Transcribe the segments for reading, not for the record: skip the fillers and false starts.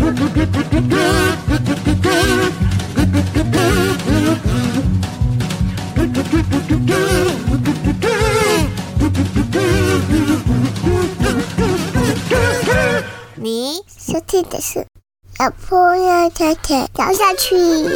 你收听的是老婆要太太聊下去。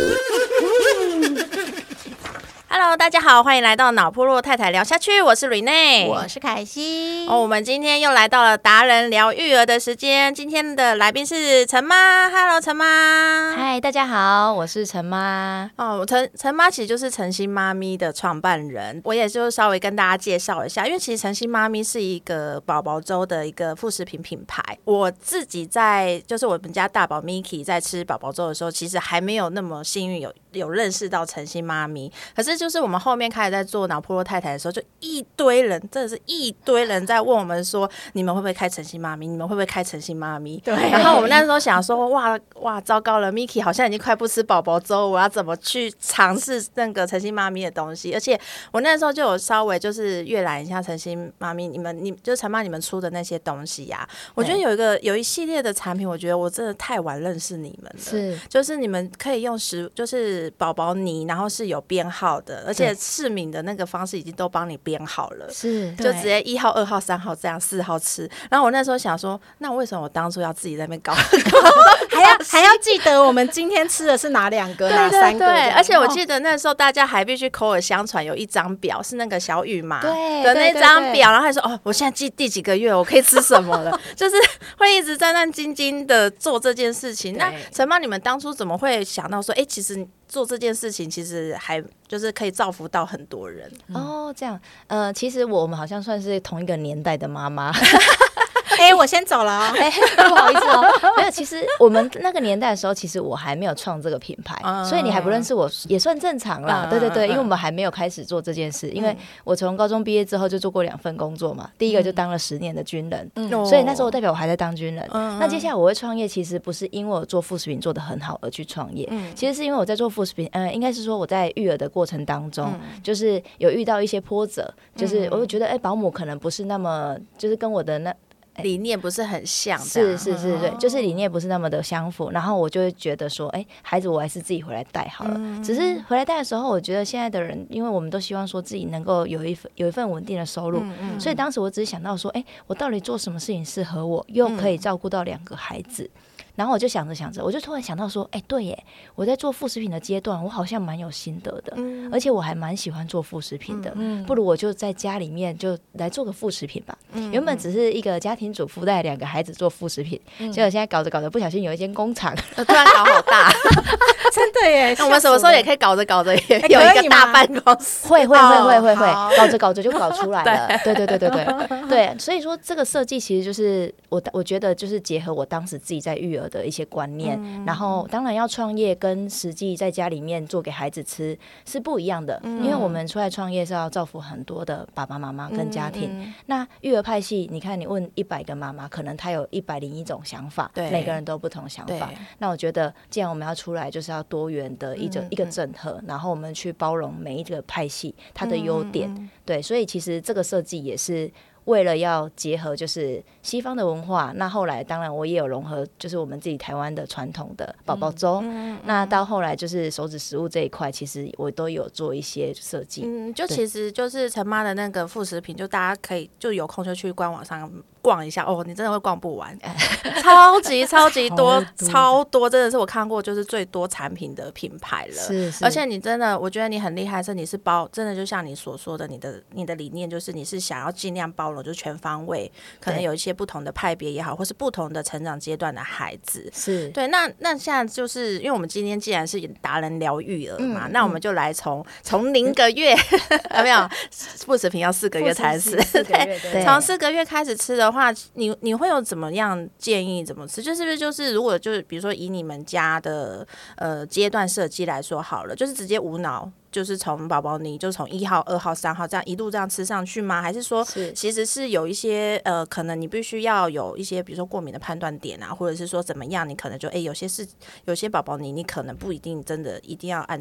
Hello， 大家好，欢迎来到脑波弱太太聊下去，我是 Renee， 我是凯西。 我们今天又来到了达人聊育儿的时间，今天的来宾是陈妈。Hello， 陈妈。 嗨，大家好，我是陈妈。 陈妈其实就是晨星妈咪的创办人，我也就稍微跟大家介绍一下，因为其实晨星妈咪是一个宝宝粥的一个副食品品牌。我自己就是我们家大宝 Miki 在吃宝宝粥的时候，其实还没有那么幸运有认识到晨星妈咪，可是就是我们后面开始在做脑波弱太太的时候，就一堆人，真的是一堆人在问我们说，你们会不会开晨星妈咪？你们会不会开晨星妈咪？对。然后我们那时候想说，哇，糟糕了 ，Miki 好像已经快不吃宝宝粥，我要怎么去尝试那个晨星妈咪的东西？而且我那时候就有稍微就是阅览一下晨星妈咪，你就是陈妈你们出的那些东西呀、我觉得有一系列的产品，我觉得我真的太晚认识你们了。 是， 就是你们可以用就是宝宝泥，然后是有编号的，而且市民的那个方式已经都帮你编好了， 是， 就直接1号、2号、3号这样4号吃。然后我那时候想说，那为什么我当初要自己在那边搞还要记得我们今天吃的是哪2个哪3个？ 对，而且我记得那时候大家还必须口耳相传，有一张表是那个小雨嘛的那张表，然后还说哦，我现在记第几个月我可以吃什么了，就是会一直战战兢兢的做这件事情。那陈妈，你们当初怎么会想到说，其实做这件事情其实还就是可以造福到很多人？ 哦，这样，其实我们好像算是同一个年代的妈妈。 我先走了哦。 不好意思哦，没有。其实我们那个年代的时候，其实我还没有创这个品牌，所以你还不认识我也算正常啦。对对对，因为我们还没有开始做这件事。因为我从高中毕业之后就做过2份工作嘛，第一个就当了10年的军人，所以那时候代表我还在当军人。那接下来我会创业，其实不是因为我做副食品做得很好而去创业，其实是因为我在做副食品，应该是说我在育儿的过程当中，就是有遇到一些波折，就是我会觉得，保姆可能不是那么，就是跟我的理念不是很像， 是，对，就是理念不是那么的相符，然后我就会觉得说，孩子我还是自己回来带好了。只是回来带的时候，我觉得现在的人，因为我们都希望说自己能够有一份稳定的收入，所以当时我只是想到说，我到底做什么事情适合我，又可以照顾到2个孩子。然后我就想着，我就突然想到说，对耶，我在做副食品的阶段，我好像蛮有心得的，而且我还蛮喜欢做副食品的，不如我就在家里面就来做个副食品吧。原本只是一个家庭主妇带2个孩子做副食品，结果现在搞着不小心有一间工厂， 突然搞好大， 真的耶！ 我们什么时候也可以搞着也有一个大办公室？ 会，搞着就搞出来了。对，所以说这个设计其实就是我觉得就是结合我当时自己在育儿的一些观念，然后当然要创业跟实际在家里面做给孩子吃是不一样的，因为我们出来创业是要造福很多的爸爸妈妈跟家庭。那育儿派系，你看你问100个妈妈，可能她有101种想法，每个人都不同想法。那我觉得既然我们要出来，就是要多元的一个整合，然后我们去包容每一个派系它的优点。对，所以其实这个设计也是为了要结合就是西方的文化，那后来当然我也有融合就是我们自己台湾的传统的宝宝粥，那到后来就是手指食物这一块，其实我都有做一些设计。 就其实就是陈妈的那个副食品，就大家可以就有空就去官网上逛一下哦，你真的会逛不完，超级多，超多，真的是我看过就是最多产品的品牌了。 是， 而且你真的，我觉得你很厉害，是你是真的就像你所说的，你的理念就是你是想要尽量包容，就是全方位，可能有一些不同的派别也好，或是不同的成长阶段的孩子。 是对，那现在就是因为我们今天既然是达人聊育儿嘛，那我们就来从0个月有没有副食品要4个月才吃，对，从4个月开始吃的话，你会有怎么样建议怎么吃？就是不是就是如果就是比如说以你们家的阶段设计来说好了，就是直接无脑。就是从宝宝泥就从1号、2号、3号这样一路这样吃上去吗？还是说其实是有一些可能你必须要有一些比如说过敏的判断点啊，或者是说怎么样，你可能就有些宝宝泥你可能不一定真的一定要按照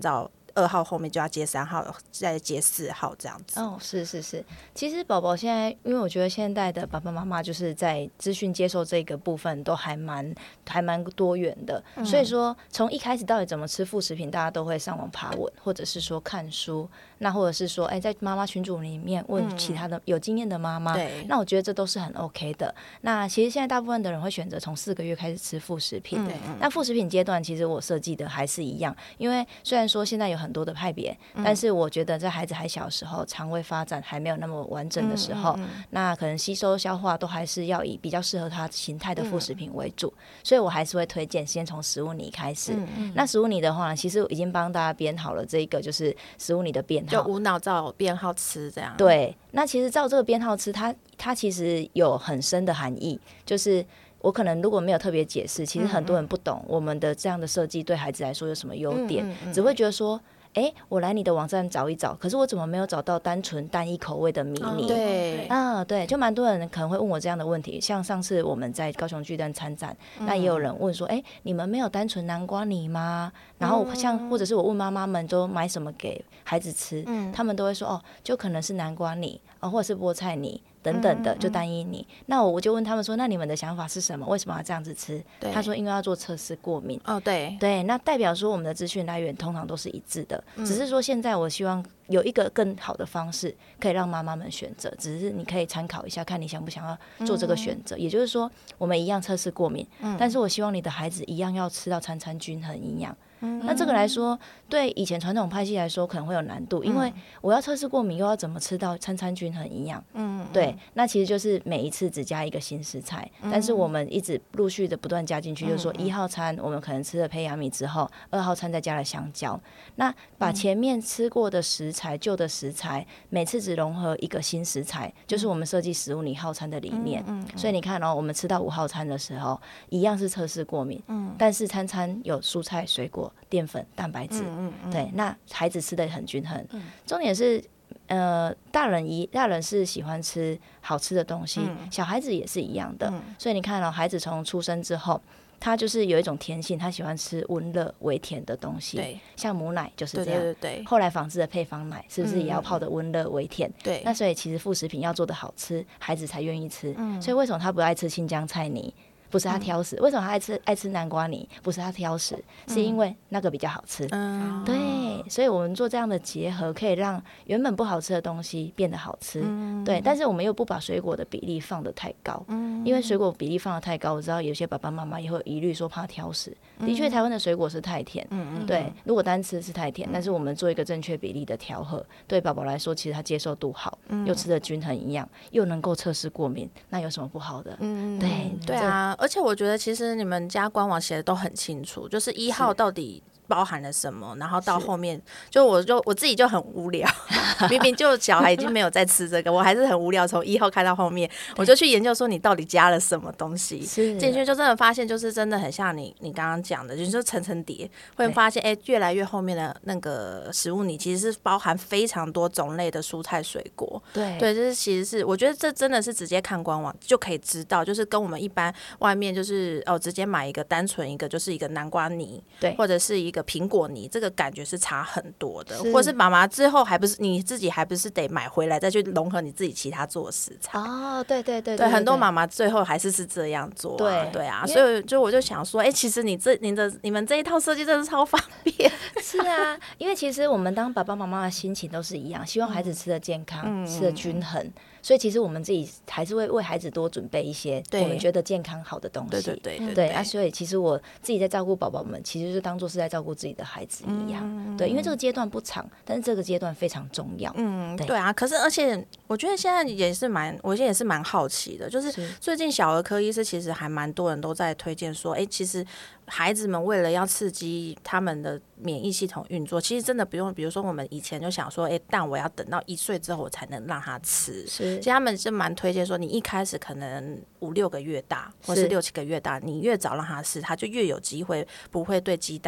2号后面就要接3号，再接4号这样子。 哦，是，其实宝宝现在，因为我觉得现在的爸爸妈妈就是在资讯接受这个部分都还蛮多元的，所以说从一开始到底怎么吃副食品，大家都会上网爬文，或者是说看书，那或者是说在妈妈群组里面问其他的有经验的妈妈，那我觉得这都是很 OK 的。那其实现在大部分的人会选择从4个月开始吃副食品，那副食品阶段其实我设计的还是一样，因为虽然说现在有很多的派别，但是我觉得在孩子还小的时候，肠胃发展还没有那么完整的时候，那可能吸收消化都还是要以比较适合他形态的副食品为主，所以我还是会推荐先从食物泥开始。那食物泥的话，其实已经帮大家编好了这个就是食物泥的编号， 就无脑照编号吃这样。 对，那其实照这个编号吃，它其实有很深的含义，就是我可能如果没有特别解释，其实很多人不懂我们的这样的设计对孩子来说有什么优点，只会觉得说我来你的网站找一找，可是我怎么没有找到单纯单一口味的米泥？对，就蛮多人可能会问我这样的问题。像上次我们在高雄巨蛋参展，那也有人问说，你们没有单纯南瓜泥吗？然后或者是我问妈妈们都买什么给孩子吃，他们都会说就可能是南瓜泥或者是菠菜泥等等的，就单一泥。那我就问他们说，那你们的想法是什么？为什么要这样子吃？他说因为要做测试过敏。对，那代表说我们的资讯来源通常都是一致的，只是说现在我希望有一个更好的方式可以让妈妈们选择，只是你可以参考一下，看你想不想要做这个选择。也就是说我们一样测试过敏，但是我希望你的孩子一样要吃到餐餐均衡营养。那这个来说，对以前传统派系来说可能会有难度，因为我要测试过敏，又要怎么吃到餐餐均衡营养？对，那其实就是每一次只加一个新食材，但是我们一直陆续的不断加进去，就是说1号餐我们可能吃了胚芽米之后，2号餐再加了香蕉，那把前面吃过的食材、旧的食材，每次只融合一个新食材，就是我们设计食物泥号餐的理念。所以你看我们吃到5号餐的时候，一样是测试过敏，但是餐餐有蔬菜、水果、淀粉、蛋白质，对，那孩子吃的很均衡。重点是，大人是喜欢吃好吃的东西，小孩子也是一样的。所以你看孩子从出生之后，他就是有一种天性，他喜欢吃温热微甜的东西，像母奶就是这样。对，后来仿制的配方奶是不是也要泡的温热微甜？对，那所以其实副食品要做的好吃，孩子才愿意吃。所以为什么他不爱吃青江菜泥？不是他挑食，为什么他爱吃南瓜泥？不是他挑食，是因为那个比较好吃。对，所以我们做这样的结合，可以让原本不好吃的东西变得好吃。对，但是我们又不把水果的比例放得太高，因为水果比例放得太高，我知道有些爸爸妈妈也会有疑虑说怕挑食。的确，台湾的水果是太甜，对，如果单吃是太甜，但是我们做一个正确比例的调和，对宝宝来说，其实他接受度好，又吃得均衡营养，又能够测试过敏，那有什么不好的？ 对啊。而且我觉得其实你们家官网写的都很清楚，就是1号到底包含了什么，然后到后面我自己就很无聊明明就小孩已经没有在吃这个，我还是很无聊，从1号看到后面，我就去研究说你到底加了什么东西进去，就真的发现就是真的很像你刚刚讲的，就是层叠，会发现越来越后面的那个食物你其实是包含非常多种类的蔬菜水果。对，就是其实是我觉得这真的是直接看官网就可以知道，就是跟我们一般外面就是直接买一个单纯一个就是一个南瓜泥，对，或者是一个苹果泥，这个感觉是差很多的。或是妈妈之后还不是你自己还不是得买回来再去融合你自己其他做的食材。对，很多妈妈最后还是这样做。对啊，所以就我就想说其实你们这一套设计真的超方便。 是啊，因为其实我们当爸爸妈妈的心情都是一样，希望孩子吃得健康，吃得均衡，所以其实我们自己还是会为孩子多准备一些我们觉得健康好的东西。对啊，所以其实我自己在照顾宝宝们，其实就是当做是在照顾自己的孩子一样。对，因为这个阶段不长，但是这个阶段非常重要。 对啊。可是而且我觉得现在我现在也是蛮好奇的，就是最近小儿科医师其实还蛮多人都在推荐说，其实孩子们为了要刺激他们的免疫系统运作，其实真的不用，比如说我们以前就想说蛋我要等到1岁之后我才能让他吃，其实他们是蛮推荐说你一开始可能5-6个月大或是6-7个月大，你越早让他吃，他就越有机会不会对鸡蛋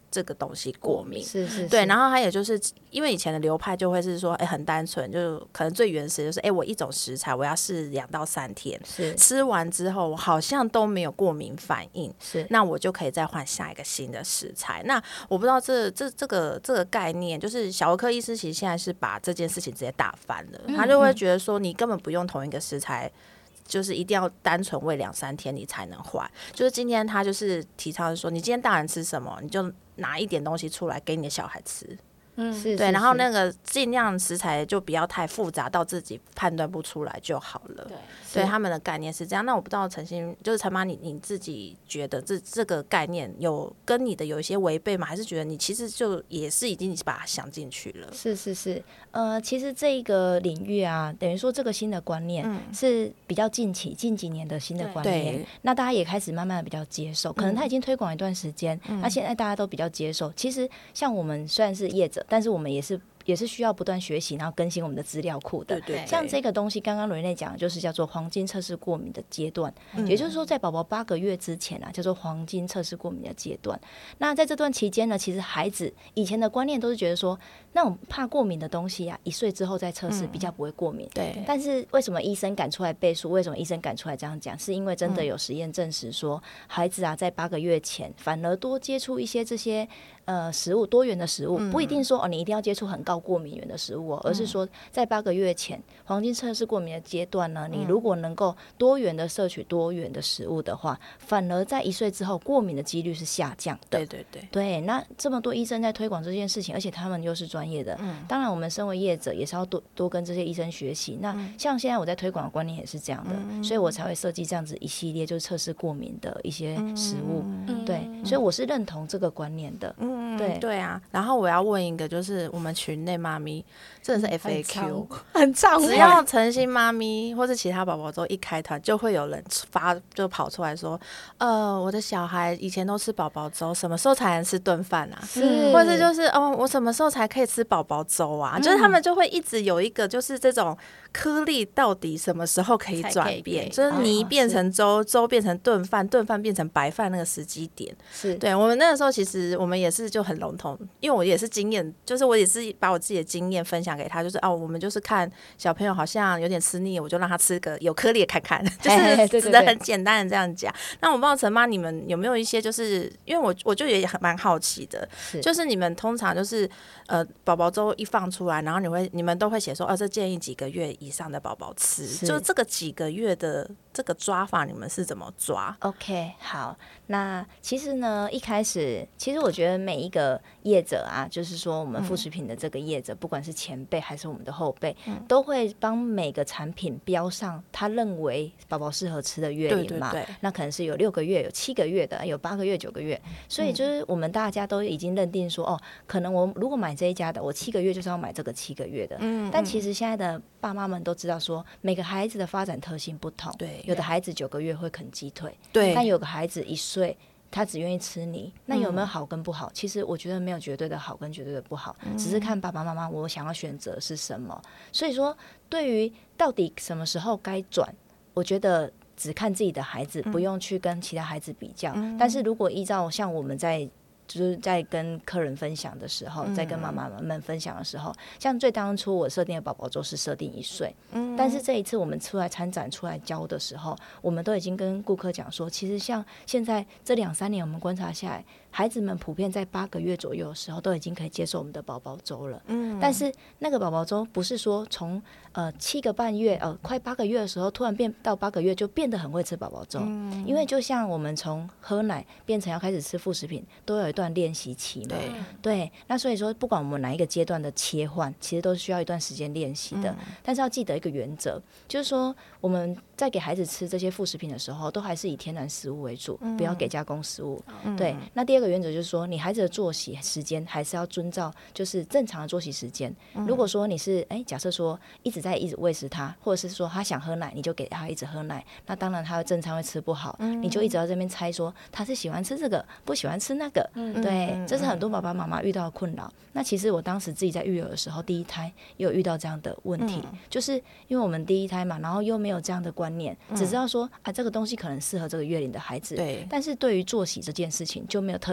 这个东西过敏。 是对，然后还有就是因为以前的流派就会是说，很单纯，就可能最原始就是，我一种食材我要试2到3天， 是吃完之后我好像都没有过敏反应， 是， 那我就可以再换下一个新的食材。那我不知道这个概念，就是小儿科医师其实现在是把这件事情直接打翻了，他就会觉得说，你根本不用同一个食材。就是一定要单纯喂2、3天你才能换，就是今天他就是提倡说，你今天大人吃什么，你就拿一点东西出来给你的小孩吃， 是， 对，然后那个尽量食材就不要太复杂到自己判断不出来就好了。对，他们的概念是这样。那我不知道就是陈妈，你自己觉得这个概念有跟你的有一些违背吗？还是觉得你其实就也是已经把它想进去了？ 是，其实这一个领域啊，等于说这个新的观念是比较近几年的新的观念，那大家也开始慢慢的比较接受，可能他已经推广一段时间，那现在大家都比较接受。其实像我们虽然是业者，但是我们也是需要不断学习，然后更新我们的资料库的。 对， 像这个东西，刚刚瑞内讲的就是叫做黄金测试过敏的阶段，也就是说，在宝宝8个月之前啊，叫做黄金测试过敏的阶段。那在这段期间呢，其实孩子以前的观念都是觉得说，那种怕过敏的东西啊，1岁之后再测试比较不会过敏。 对。 但是为什么医生敢出来背书？为什么医生敢出来这样讲？是因为真的有实验证实说，孩子啊，在8个月前反而多接触一些这些食物，多元的食物，不一定说你一定要接触很高过敏源的食物而是说在8个月前黄金测试过敏的阶段呢，你如果能够多元的摄取多元的食物的话，反而在1岁之后过敏的几率是下降的。对，那这么多医生在推广这件事情，而且他们又是专业的，当然我们身为业者也是要多跟这些医生学习。那像现在我在推广的观念也是这样的，所以我才会设计这样子一系列就是测试过敏的一些食物。对，所以我是认同这个观念的。对啊。然后我要问一个，就是我们群内妈咪真的是 FAQ 很长， 只要诚心妈咪或是其他宝宝都一开团，就会有人就跑出来说，我的小孩以前都吃宝宝粥，什么时候才能吃顿饭啊？或者是就是我什么时候才可以吃宝宝粥啊？就是他们就会一直有一个就是这种颗粒到底什么时候可以转变，就是泥变成粥，粥变成顿饭，顿饭变成白饭那个时机点。对，我们那个时候其实我们也是就很笼统，因为我也是经验，就是我也是把我自己的经验分享给他，就是我们就是看小朋友好像有点吃腻，我就让他吃个有颗粒的看看，就是指的很简单的这样讲。那我不知道陈妈你们有没有一些，就是因为我就也蛮好奇的，就是你们通常就是宝宝粥一放出来，然后你们都会写说这建议几个月以上的宝宝吃，就这个几个月的这个抓法你们是怎么抓 ？OK， 好，那其实呢，一开始其实我觉得每一个业者啊，就是说我们副食品的这个业者，不管是前辈还是我们的后辈，都会帮每个产品标上他认为宝宝适合吃的月龄嘛。那可能是有6个月、有7个月的，有8个月、9个月，所以就是我们大家都已经认定说，可能我如果买这一家的，我7个月就是要买这个7个月的。但其实现在的爸妈们都知道说，每个孩子的发展特性不同，有的孩子9个月会啃鸡腿，但有个孩子1岁。他只愿意吃泥，那有没有好跟不好？其实我觉得没有绝对的好跟绝对的不好，只是看爸爸妈妈我想要选择是什么。所以说，对于到底什么时候该转，我觉得只看自己的孩子，不用去跟其他孩子比较。但是如果依照像我们就是在跟客人分享的时候，在跟妈妈们分享的时候，像最当初我设定的宝宝粥是设定1岁，但是这一次我们出来参展出来教的时候，我们都已经跟顾客讲说，其实像现在这2、3年我们观察下来，孩子们普遍在8个月左右的时候都已经可以接受我们的宝宝粥了。但是那个宝宝粥不是说从7个半月快8个月的时候突然变到8个月就变得很会吃宝宝粥，因为就像我们从喝奶变成要开始吃副食品，都有一段练习期嘛。对，那所以说不管我们哪一个阶段的切换，其实都是需要一段时间练习的。但是要记得一个原则，就是说我们在给孩子吃这些副食品的时候，都还是以天然食物为主，不要给加工食物。对，那第二个原则就是说，你孩子的作息时间还是要遵照就是正常的作息时间。如果说你是假设说一直喂食他，或者是说他想喝奶，你就给他一直喝奶，那当然他正常会吃不好，你就一直在这边猜说他是喜欢吃这个，不喜欢吃那个。对，这是很多爸爸妈妈遇到的困扰。那其实我当时自己在育儿的时候，第一胎也有遇到这样的问题，就是因为我们第一胎嘛，然后又没有这样的观念，只知道说这个东西可能适合这个月龄的孩子，但是对于作息这件事情就没有特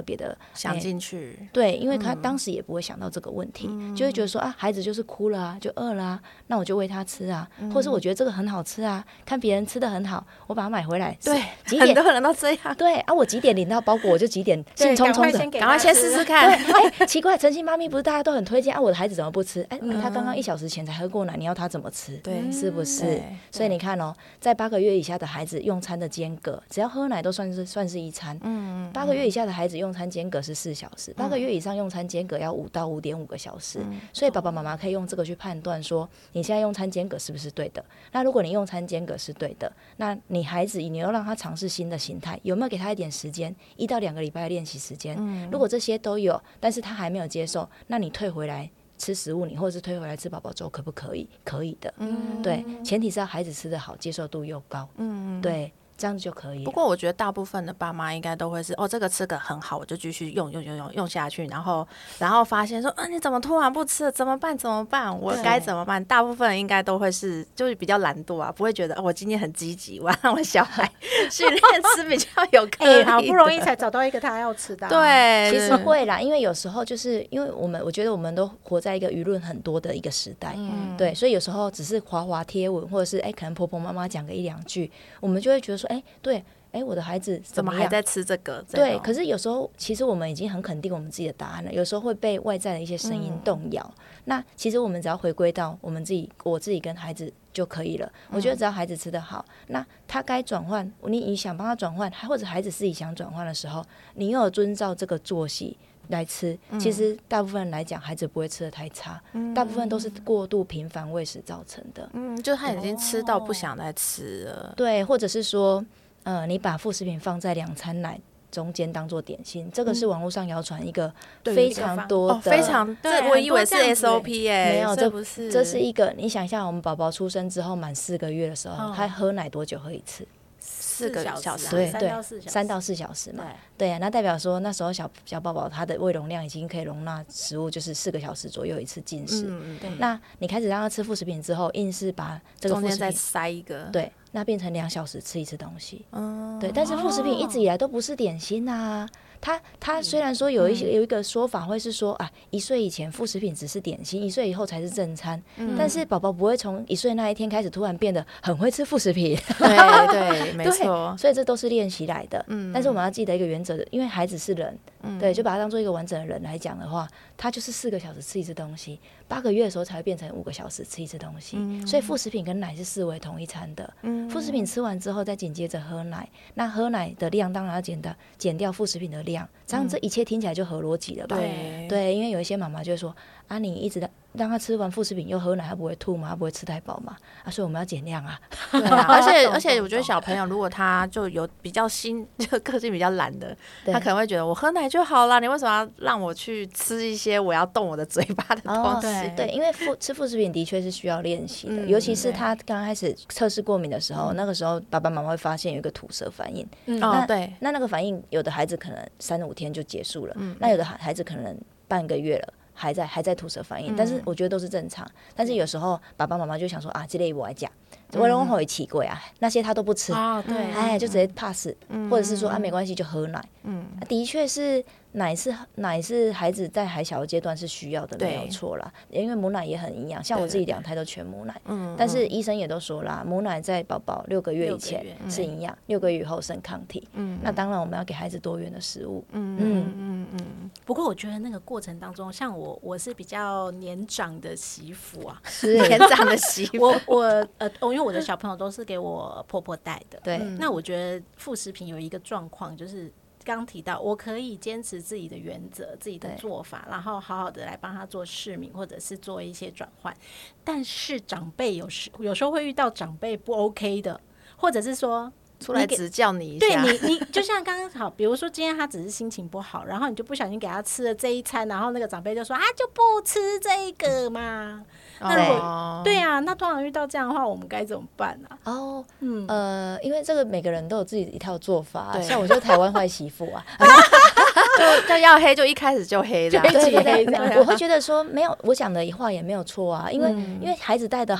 别的想进去。 对，因为他当时也不会想到这个问题，就会觉得说啊，孩子就是哭了啊，就饿了啊，那我就喂他吃啊，或是我觉得这个很好吃啊，看别人吃的很好，我把它买回来。 对， 几点很多人都这样。 对啊，我几点领到包裹，我就几点兴冲冲的， 赶快先试试看。 对，奇怪，晨曦妈咪不是大家都很推荐啊，我的孩子怎么不吃？他刚刚1小时前才喝过奶，你要他怎么吃？ 对， 是不是？所以你看哦，在8个月以下的孩子用餐的间隔，只要喝奶都算是一餐。8个月以下的孩子用餐间隔是4小时，8个月以上用餐间隔要5到5.5个小时。所以爸爸妈妈可以用这个去判断说，你现在用餐间隔是不是对的？那如果你用餐间隔是对的，那你孩子你要让他尝试新的形态，有没有给他一点时间，1到2个礼拜的练习时间？如果这些都有，但是他还没有接受，那你退回来吃食物，你或者是退回来吃宝宝粥，可不可以？可以的。对，前提是要孩子吃得好，接受度又高。对。这样子就可以了。 不过我觉得大部分的爸妈应该都会是这个吃个很好，我就继续用下去，然后发现说你怎么突然不吃了？怎么办？我该怎么办？大部分人应该都会是就是比较懒惰啊，不会觉得我今天很积极，我要让我小孩训练吃比较有颗粒好不容易才找到一个他要吃的。 对， 其实会啦，因为有时候就是因为我觉得我们都活在一个舆论很多的一个时代，对，所以有时候只是滑贴文，或者是可能婆婆妈妈讲个1-2句，我们就会觉得说对，我的孩子怎么还在吃这个？ 对，可是有时候其实我们已经很肯定我们自己的答案了，有时候会被外在的一些声音动摇。那其实我们只要回归到我自己跟孩子就可以了。我觉得只要孩子吃得好，那他该转换，你想帮他转换，或者孩子自己想转换的时候，你又有遵照这个作息来吃，其实大部分人来讲，孩子不会吃得太差，大部分都是过度频繁喂食造成的。 就是他已经吃到不想再吃了。 对，或者是说，你把副食品放在2餐奶中间当做点心，这个是网络上谣传一个非常多的， 非常，这我以为是 SOP 没有， 这不是， 这是一个，你想一下，我们宝宝出生之后满4个月的时候，他喝奶多久喝一次 ？4个小时， 对对 ，3到4小时嘛，对啊，那代表说那时候小宝宝他的胃容量已经可以容纳食物，就是4个小时左右一次进食。那你开始让他吃副食品之后，硬是把这个副食品中间再塞一个， 对，那变成2小时吃一次东西。对，但是副食品一直以来都不是点心啊。他虽然说有一个说法会是说1岁以前副食品只是点心，1岁以后才是正餐，但是宝宝不会从1岁那一天开始突然变得很会吃副食品。 对，没错， 所以这都是练习来的。但是我们要记得一个原则，因为孩子是人，对，就把他当做一个完整的人来讲的话，他就是4个小时吃一次东西，8个月的时候才会变成5个小时吃一次东西。所以副食品跟奶是视为同一餐的。副食品吃完之后再紧接着喝奶，那喝奶的量当然要减掉副食品的量，这样这一切听起来就合逻辑了吧？对，因为有一些妈妈就会说你一直让他吃完副食品又喝奶，他不会吐吗？他不会吃太饱吗？所以我们要减量啊。 对啊，而且我觉得小朋友如果他就有比较就个性比较懒的，他可能会觉得我喝奶就好了，你为什么要让我去吃一些我要动我的嘴巴的东西？ 对，因为吃副食品的确是需要练习的，尤其是他刚开始测试过敏的时候，那个时候爸爸妈妈会发现有一个吐舌反应。 对， 那个反应有的孩子可能3-5天就结束了，那有的孩子可能半个月了。还在吐舌反应，但是我觉得都是正常。但是有时候爸爸妈妈就想说这类我来讲，我拢会起过那些他都不吃对， 就直接 pass，或者是说没关系就喝奶。的确是奶是孩子在还小的阶段是需要的，没有错啦。因为母奶也很营养，像我自己2胎都全母奶，但是医生也都说啦，母奶在宝宝6个月以前是营养，6个月以后生抗体。那当然我们要给孩子多元的食物。 不过我觉得那个过程当中，像我是比较年长的媳妇啊， 年长的媳妇， 因为我的小朋友都是给我婆婆带的。 对， 那我觉得副食品有一个状况就是。刚提到，我可以坚持自己的原则、自己的做法，然后好好的来帮他做释明，或者是做一些转换。但是长辈有时候会遇到长辈不 OK 的，或者是说出来指教你一下。 对你就像刚刚好，比如说今天他只是心情不好，然后你就不小心给他吃了这一餐，然后那个长辈就说就不吃这个嘛。那如果对啊，那通常遇到这样的话，我们该怎么办啊？ 因为这个每个人都有自己一套做法，像我就台湾坏媳妇啊， 就要黑就一开始就黑的， 对，我会觉得说没有，我讲的话也没有错啊，因为孩子带得好。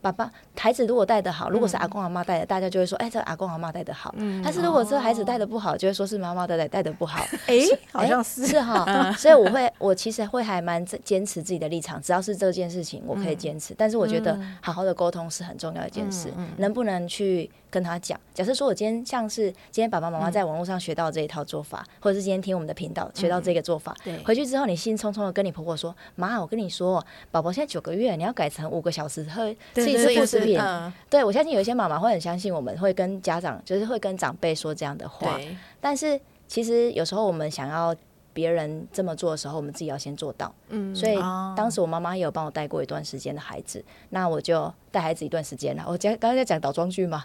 爸爸孩子如果带得好，如果是阿公阿嬷带的，大家就会说，这阿公阿嬷带得好。但是如果这孩子带得不好，就会说是妈妈带得不好。 好像是哈，所以我其实会还蛮坚持自己的立场，只要是这件事情我可以坚持。但是我觉得好好的沟通是很重要的一件事，能不能去跟他讲？假设说我今天像是今天爸爸妈妈在网络上学到这一套做法，或者是今天听我们的频道学到这个做法，回去之后你兴冲冲的跟你婆婆说，妈，我跟你说，宝宝现在9个月，你要改成5个小时喝吃一次副食品。对，我相信有一些妈妈会很相信我们会跟家长，就是会跟长辈说这样的话，但是其实有时候我们想要别人这么做的时候，我们自己要先做到。所以当时我妈妈也有帮我带过一段时间的孩子，那我就带孩子一段时间了。我刚刚在讲倒装句嘛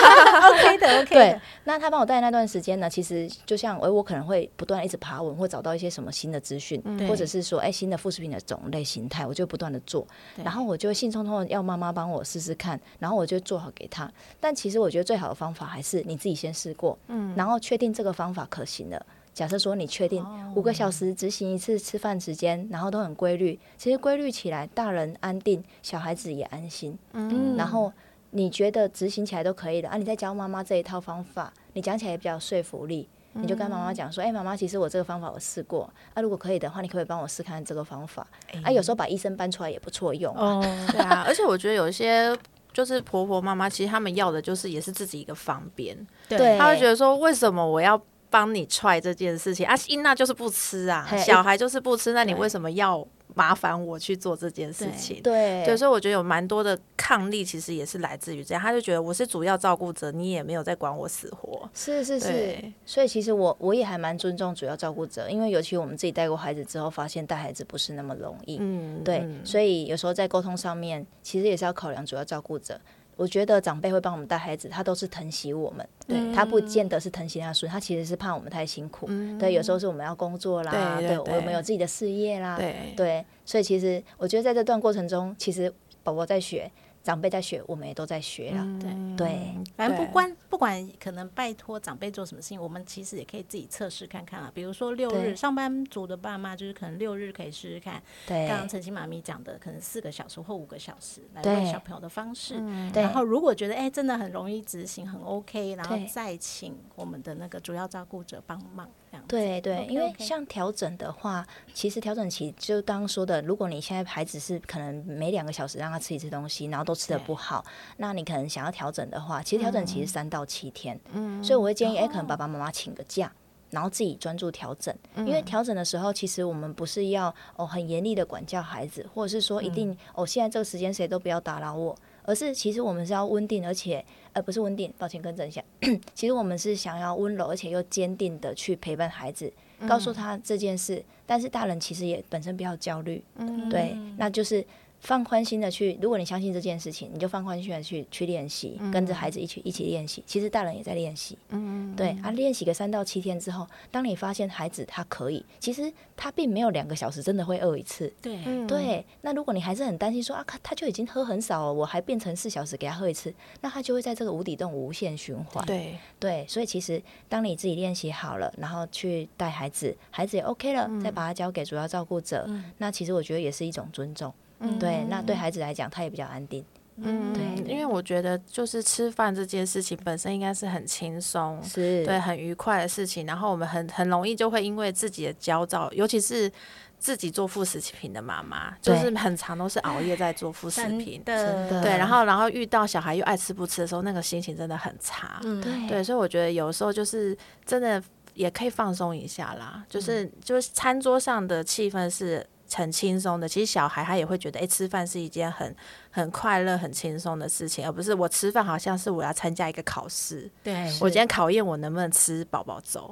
，OK 的。 对，那他帮我带那段时间呢，其实就像我可能会不断一直爬文，或找到一些什么新的资讯，或者是说新的副食品的种类形态，我就不断的做，然后我就兴冲冲的要妈妈帮我试试看，然后我就做好给他。但其实我觉得最好的方法还是你自己先试过，然后确定这个方法可行了。假设说你确定5个小时执行一次吃饭时间，然后都很规律，其实规律起来，大人安定，小孩子也安心。然后你觉得执行起来都可以了你再教妈妈这一套方法，你讲起来也比较有说服力。你就跟妈妈讲说，妈妈，其实我这个方法我试过如果可以的话，你可不可以帮我试看这个方法？有时候把医生搬出来也不错用对啊，而且我觉得有一些就是婆婆妈妈，其实他们要的就是也是自己一个方便， 对， 他会觉得说，为什么我要帮你踹这件事情英娜就是不吃啊，小孩就是不吃，那你为什么要麻烦我去做这件事情？对，所以我觉得有蛮多的抗力，其实也是来自于这样。他就觉得我是主要照顾者，你也没有在管我死活。 是，所以其实我也还蛮尊重主要照顾者，因为尤其我们自己带过孩子之后，发现带孩子不是那么容易。对，所以有时候在沟通上面，其实也是要考量主要照顾者。我觉得长辈会帮我们带孩子，他都是疼惜我们，他不见得是疼惜他孙，他其实是怕我们太辛苦。对，有时候是我们要工作啦，对，我们有自己的事业啦，对，所以其实我觉得在这段过程中，其实宝宝在学，长辈在学，我们也都在学啦。对， 反正不管可能拜托长辈做什么事情，我们其实也可以自己测试看看啦。比如说6日，上班族的爸妈就是可能6日可以试试看。对，刚刚陈心妈咪讲的，可能4个小时或5个小时来喂小朋友的方式。然后如果觉得真的很容易执行，很 OK， 然后再请我们的那个主要照顾者帮忙。 对，因为像调整的话，其实调整期就刚刚说的，如果你现在孩子是可能每2个小时让他吃一次东西，然后都吃得不好，那你可能想要调整的话，其实调整期是3到7天。所以我会建议可能爸爸妈妈请个假，然后自己专注调整。因为调整的时候，其实我们不是要很严厉的管教孩子，或者是说一定现在这个时间谁都不要打扰我，而是其实我们是要温定，而且不是温定，抱歉更正一下其实我们是想要温柔而且又坚定的去陪伴孩子，告诉他这件事，但是大人其实也本身不要焦虑。对，那就是放宽心的去，如果你相信这件事情，你就放宽心的去练习，跟着孩子一起练习。其实大人也在练习。对练习个3到7天之后，当你发现孩子他可以，其实他并没有2个小时真的会饿一次。对，那如果你还是很担心说他就已经喝很少了，我还变成4小时给他喝一次，那他就会在这个无底洞无限循环。对，所以其实当你自己练习好了，然后去带孩子，孩子也 OK 了，再把他交给主要照顾者，那其实我觉得也是一种尊重。对，那对孩子来讲，他也比较安定。 对，因为我觉得就是吃饭这件事情本身应该是很轻松，对，很愉快的事情。然后我们很容易就会因为自己的焦躁，尤其是自己做副食品的妈妈，就是很常都是熬夜在做副食品。对，然后遇到小孩又爱吃不吃的时候，那个心情真的很差。对，所以我觉得有时候就是真的也可以放松一下啦，就是餐桌上的气氛是很轻松的，其实小孩他也会觉得吃饭是一件很快乐很轻松的事情，而不是我吃饭好像是我要参加一个考试。对，我今天考验我能不能吃宝宝粥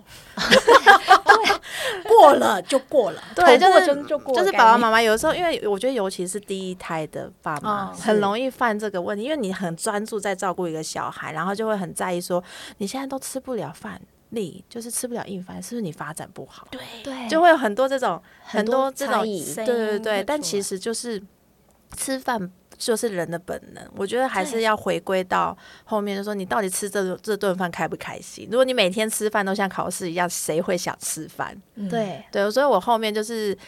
过了就过了。 对，就是爸爸妈妈有的时候，因为我觉得尤其是第一胎的爸妈很容易犯这个问题，因为你很专注在照顾一个小孩，然后就会很在意说你现在都吃不了饭，就是吃不了硬饭，是不是你发展不好？对，就会有很多这种对，但其实就是吃饭就是人的本能，我觉得还是要回归到后面，就说你到底吃这顿饭开不开心？如果你每天吃饭都像考试一样，谁会想吃饭？对，所以我后面就是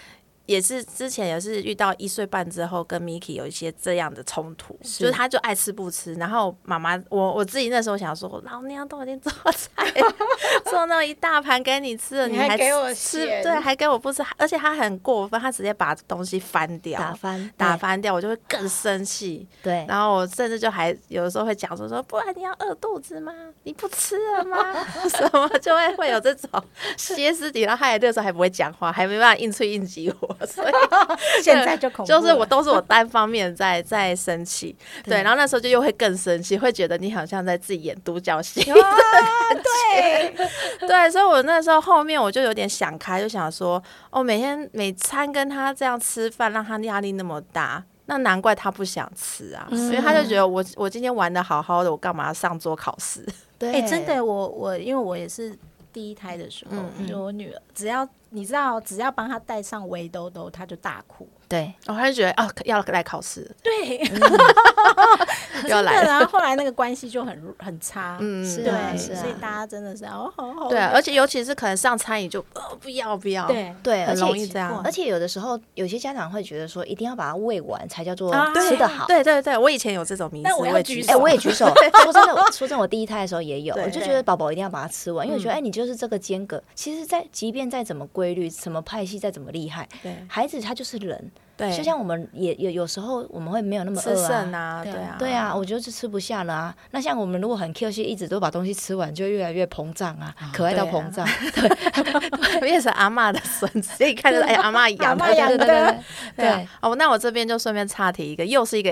也是之前也是遇到1岁半之后跟 Miki 有一些这样的冲突，就是他就爱吃不吃，然后妈妈我自己那时候想说，老娘都已经做菜做那一大盘给你吃了， 你还给我吃， 咸对，还给我不吃，而且他很过分，他直接把东西翻掉，打翻掉，我就会更生气。 对， 然后我甚至就还有的时候会讲说，不然你要饿肚子吗？你不吃了吗？什么就会有这种歇斯底里，然后他那个时候还不会讲话，还没办法硬催硬挤我，所以现在就恐怖了， 就是都是我单方面在生气，对，然后那时候就又会更生气，会觉得你好像在自己演独角戏，对对，所以我那时候后面我就有点想开，就想说，每餐跟他这样吃饭，让他压力那么大。那难怪他不想吃啊，因为他就觉得我今天玩的好好的，我干嘛要上桌考试？ 对， 真的，我因为我也是第一胎的时候，就我女儿，只要帮她戴上围兜兜，她就大哭。 对， 他就觉得要来考试了， 对， 要来了， 然后后来那个关系就很差， 是啊， 对，所以大家真的是好， 对，而且尤其是可能上餐饮就不要， 对， 很容易这样。 而且有的时候有些家长会觉得说，一定要把它喂完才叫做吃得好。 对对对，我以前有这种迷思， 我要举手， 我也举手。说真的，我第一胎的时候也有，我就觉得宝宝一定要把它吃完，因为我觉得你就是这个间隔。其实即便再怎么规律，什么派系再怎么厉害，孩子他就是人。对，就像我们也有时候我们会没有那么饿啊， 对啊，我就是吃不下了啊。那像我们如果很 Q 系，一直都把东西吃完，就越来越膨胀啊，可爱到膨胀。 对，变成阿嬷的孙子，一看就是阿嬷养的，对。那我这边就顺便插题一个，又是一个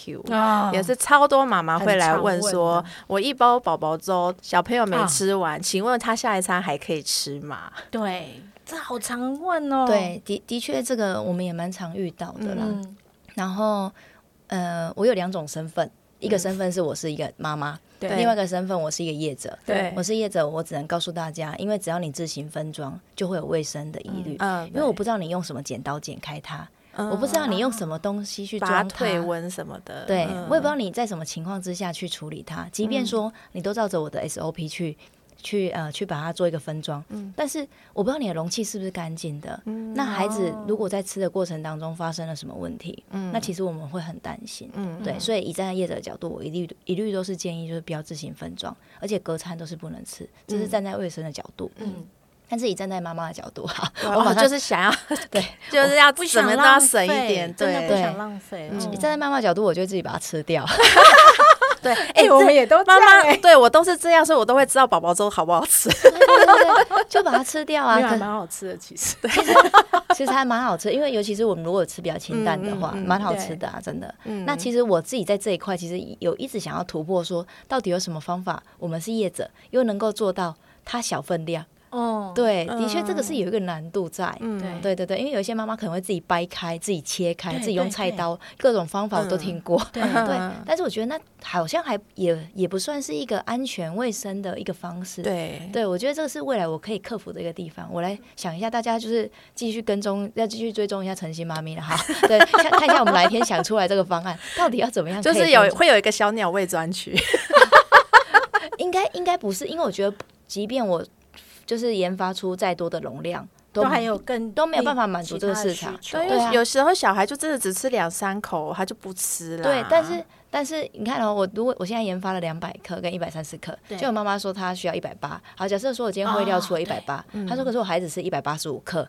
FAQ，也是超多妈妈会来问说，我一包宝宝粥，小朋友没吃完，请问他下一餐还可以吃吗？ 对。这好常问哦。 对，的确，这个我们也蛮常遇到的啦。然后，我有2种身份，一个身份是我是一个妈妈，另外一个身份我是一个业者。 对， 我是业者，我只能告诉大家，因为只要你自行分装，就会有卫生的疑虑。因为我不知道你用什么剪刀剪开它。我不知道你用什么东西去装它， 退温什么的。 对，我也不知道你在什么情况之下去处理它。即便说你都照着我的 SOP 去把它做一个分装，但是我不知道你的容器是不是干净的。那孩子如果在吃的过程当中发生了什么问题，那其实我们会很担心。对，所以以站在业者的角度，我一律都是建议就是不要自行分装，而且隔餐都是不能吃，这是站在卫生的角度。但是以站在妈妈的角度哈， 我马上就是想要对，就是要怎么都要省一点， 真的不想浪费。 站在妈妈的角度，我就自己把它吃掉。 对， 我们也都妈妈对我都是这样，所以我都会知道宝宝粥好不好吃。 对，就把它吃掉啊， 还蛮好吃的。其实还蛮好吃，因为尤其是我们如果吃比较清淡的话，蛮好吃的啊，真的。那其实我自己在这一块，其实有一直想要突破，说到底有什么方法，我们是业者又能够做到它小分量。对，的确这个是有一个难度在。对，因为有一些妈妈可能会自己掰开、自己切开、自己用菜刀，各种方法我都听过。对，但是我觉得那好像也不算是一个安全卫生的一个方式。对，我觉得这个是未来我可以克服的一个地方。我来想一下，大家就是继续跟踪，要继续追踪一下晨曦妈咪了哈。对，看一下我们哪一天想出来这个方案，到底要怎么样？ 就是会有一个小鸟胃专区。 应该不是，因为我觉得即便我就是研发出再多的容量， 都还有都没有办法满足这个市场。 对，有时候小孩就真的只吃2-3口，他就不吃了。 对，但是你看如果我现在研发了200克跟130克，就有妈妈说她需要180。好，假设说我今天灰料出了180，她说可是我孩子是185克，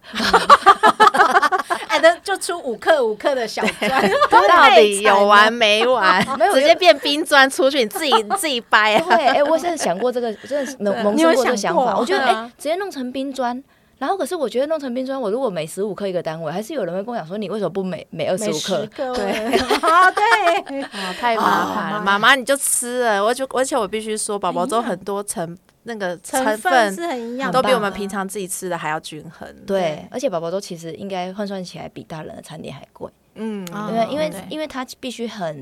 就出5克的小砖， 到底有完没完？直接变冰砖出去，你自己掰。 对，我真的想过这个，真的萌生过这个想法。我觉得直接弄成冰砖。然后可是我觉得弄成冰砖，我如果每15克一个单位，还是有人会跟我讲说，你为什么不每25克？ 对， 太麻烦了。妈妈你就吃了，而且我必须说，宝宝粥很多那个成分是很营养， 都比我们平常自己吃的还要均衡。 对，而且宝宝粥其实应该换算起来比大人的餐点还贵。因为它必须很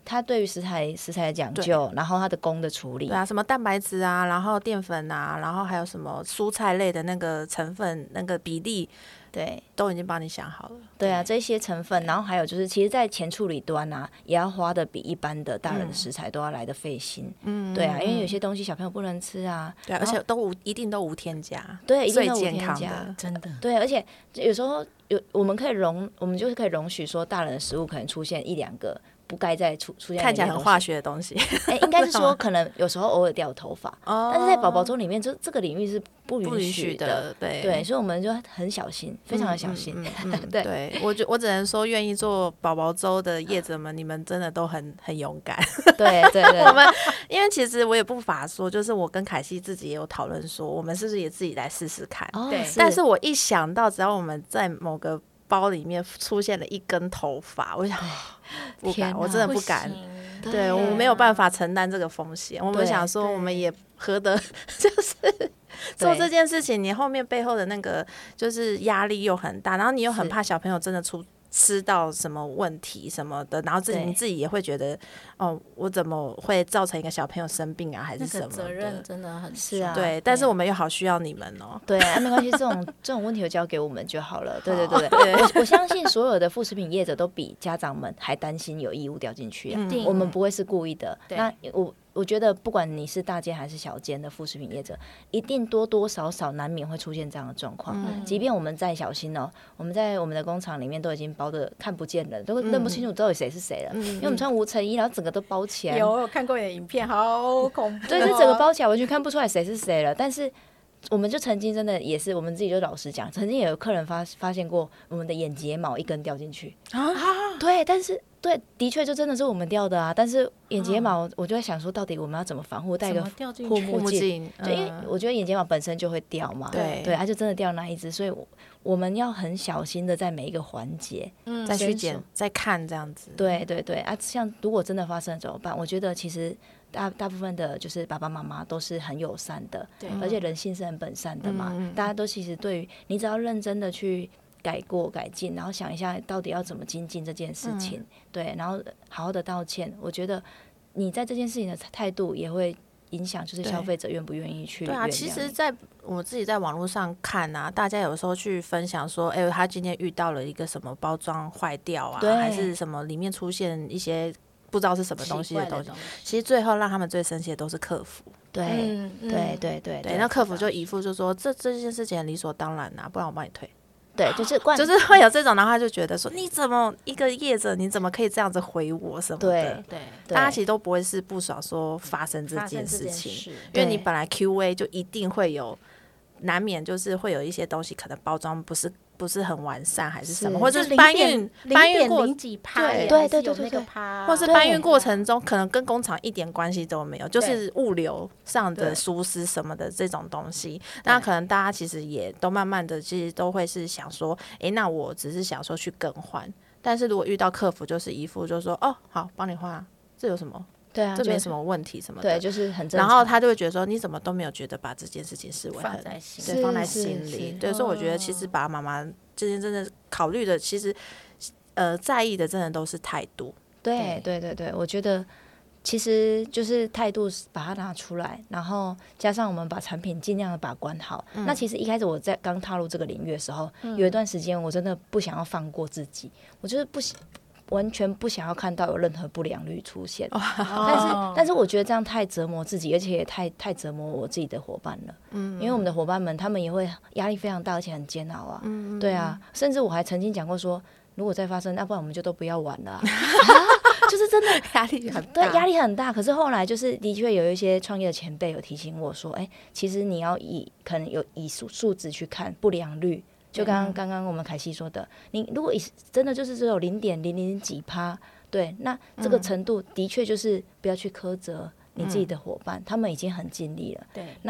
它对于食材的讲究，然后它的工的处理， 对啊，什么蛋白质啊，然后淀粉啊，然后还有什么蔬菜类的那个成分那个比例， 对， 都已经帮你想好了。 对啊，这些成分，然后还有就是，其实，在前处理端啊，也要花的比一般的大人的食材都要来的费心。对啊，因为有些东西小朋友不能吃啊， 对啊，而且一定都无添加， 对，一定都无最健康添加， 的， 真的。 对，而且有时候我们就是可以容许说，大人的食物可能出现一两个不该再出现看起来很化学的东西。 应该是说可能有时候偶尔掉头发，但是在宝宝粥里面，这个领域是不允许的，对，所以我们就很小心，非常的小心。 对，我只能说，愿意做宝宝粥的业者们，你们真的都很勇敢。 对， 我们因为其实我也不乏说，就是我跟凯西自己也有讨论说，我们是不是也自己来试试看？ 对， 但是我一想到只要我们在某个包里面出现了一根头发，我想不敢，我真的不敢。对，我没有办法承担这个风险。我们想说，我们也何得就是做这件事情，你后面背后的那个就是压力又很大，然后你又很怕小朋友真的吃到什么问题什么的，然后你自己也会觉得，哦，我怎么会造成一个小朋友生病啊，还是什么的？ 责任真的很是啊。 对，但是我们又好需要你们哦。 对啊，没关系，这种问题就交给我们就好了。对，我相信所有的副食品业者都比家长们还担心有异物掉进去啊，我们不会是故意的。那我觉得不管你是大间还是小间的副食品业者，一定多多少少难免会出现这样的状况。即便我们再小心哦，我们在我们的工厂里面都已经包的看不见人，都认不清楚到底谁是谁了，因为我们穿无尘衣，然后整个都包起来。 有看过你的影片，好恐怖。 对，就整个包起来，完全看不出来谁是谁了。但是我们就曾经真的也是，我们自己就老实讲，曾经也有客人发现过我们的眼睫毛一根掉进去啊。对，但是对，的确就真的是我们掉的啊。但是眼睫毛，我就在想说，到底我们要怎么防护？戴个护目镜，就因为我觉得眼睫毛本身就会掉嘛。对，它就真的掉那一只，所以我们要很小心的在每一个环节再去剪、再看这样子。 对啊，像如果真的发生了怎么办？我觉得其实。大部分的就是爸爸妈妈都是很友善的，而且人性是很本善的嘛。大家都其实对于你只要认真的去改过改进，然后想一下到底要怎么精进这件事情，对，然后好好的道歉。我觉得你在这件事情的态度也会影响，就是消费者愿不愿意去原谅你。 对啊，其实在我自己在网络上看啊，大家有时候去分享说，他今天遇到了一个什么包装坏掉啊，还是什么里面出现一些。不知道是什么东西的东西，其实最后让他们最生气的都是客服。 对， 那客服就一副就说这件事情很理所当然啊，不然我帮你退。 对，就是会有这种，然后他就觉得说你怎么一个业者，你怎么可以这样子回我什么的？ 对， 大家其实都不会是不爽说发生这件事情，因为你本来 QA 就一定会有，难免就是会有一些东西可能包装不是很完善还是什么，或者是搬运过几趴， 对， 或是搬运过程中可能跟工厂一点关系都没有，就是物流上的疏失什么的这种东西，那可能大家其实也都慢慢的其实都会是想说，那我只是想说去更换，但是如果遇到客服就是一副就说哦好帮你换啊，这有什么？ 对啊， 这没什么问题什么的， 对，就是很正常。 然后他就会觉得说，你怎么都没有觉得把这件事情视为放在心里，放在心里。对，所以我觉得其实爸爸妈妈这件真的考虑的，其实在意的真的都是态度。 对，我觉得其实就是态度把它拿出来，然后加上我们把产品尽量的把关好。那其实一开始我在刚踏入这个领域的时候，有一段时间我真的不想要放过自己，我就是完全不想要看到有任何不良率出现，但是我觉得这样太折磨自己，而且也太折磨我自己的伙伴了。因为我们的伙伴们他们也会压力非常大，而且很煎熬啊。对啊，甚至我还曾经讲过说，如果再发生，要不然我们就都不要玩了。就是真的压力很大， 对，压力很大。可是后来就是的确有一些创业的前辈有提醒我说，其实你要可能以数值去看不良率。就刚刚我们凯西说的，你如果真的就是只有0.00几%，对，那这个程度的确就是不要去苛责你自己的伙伴，他们已经很尽力了。 对， 那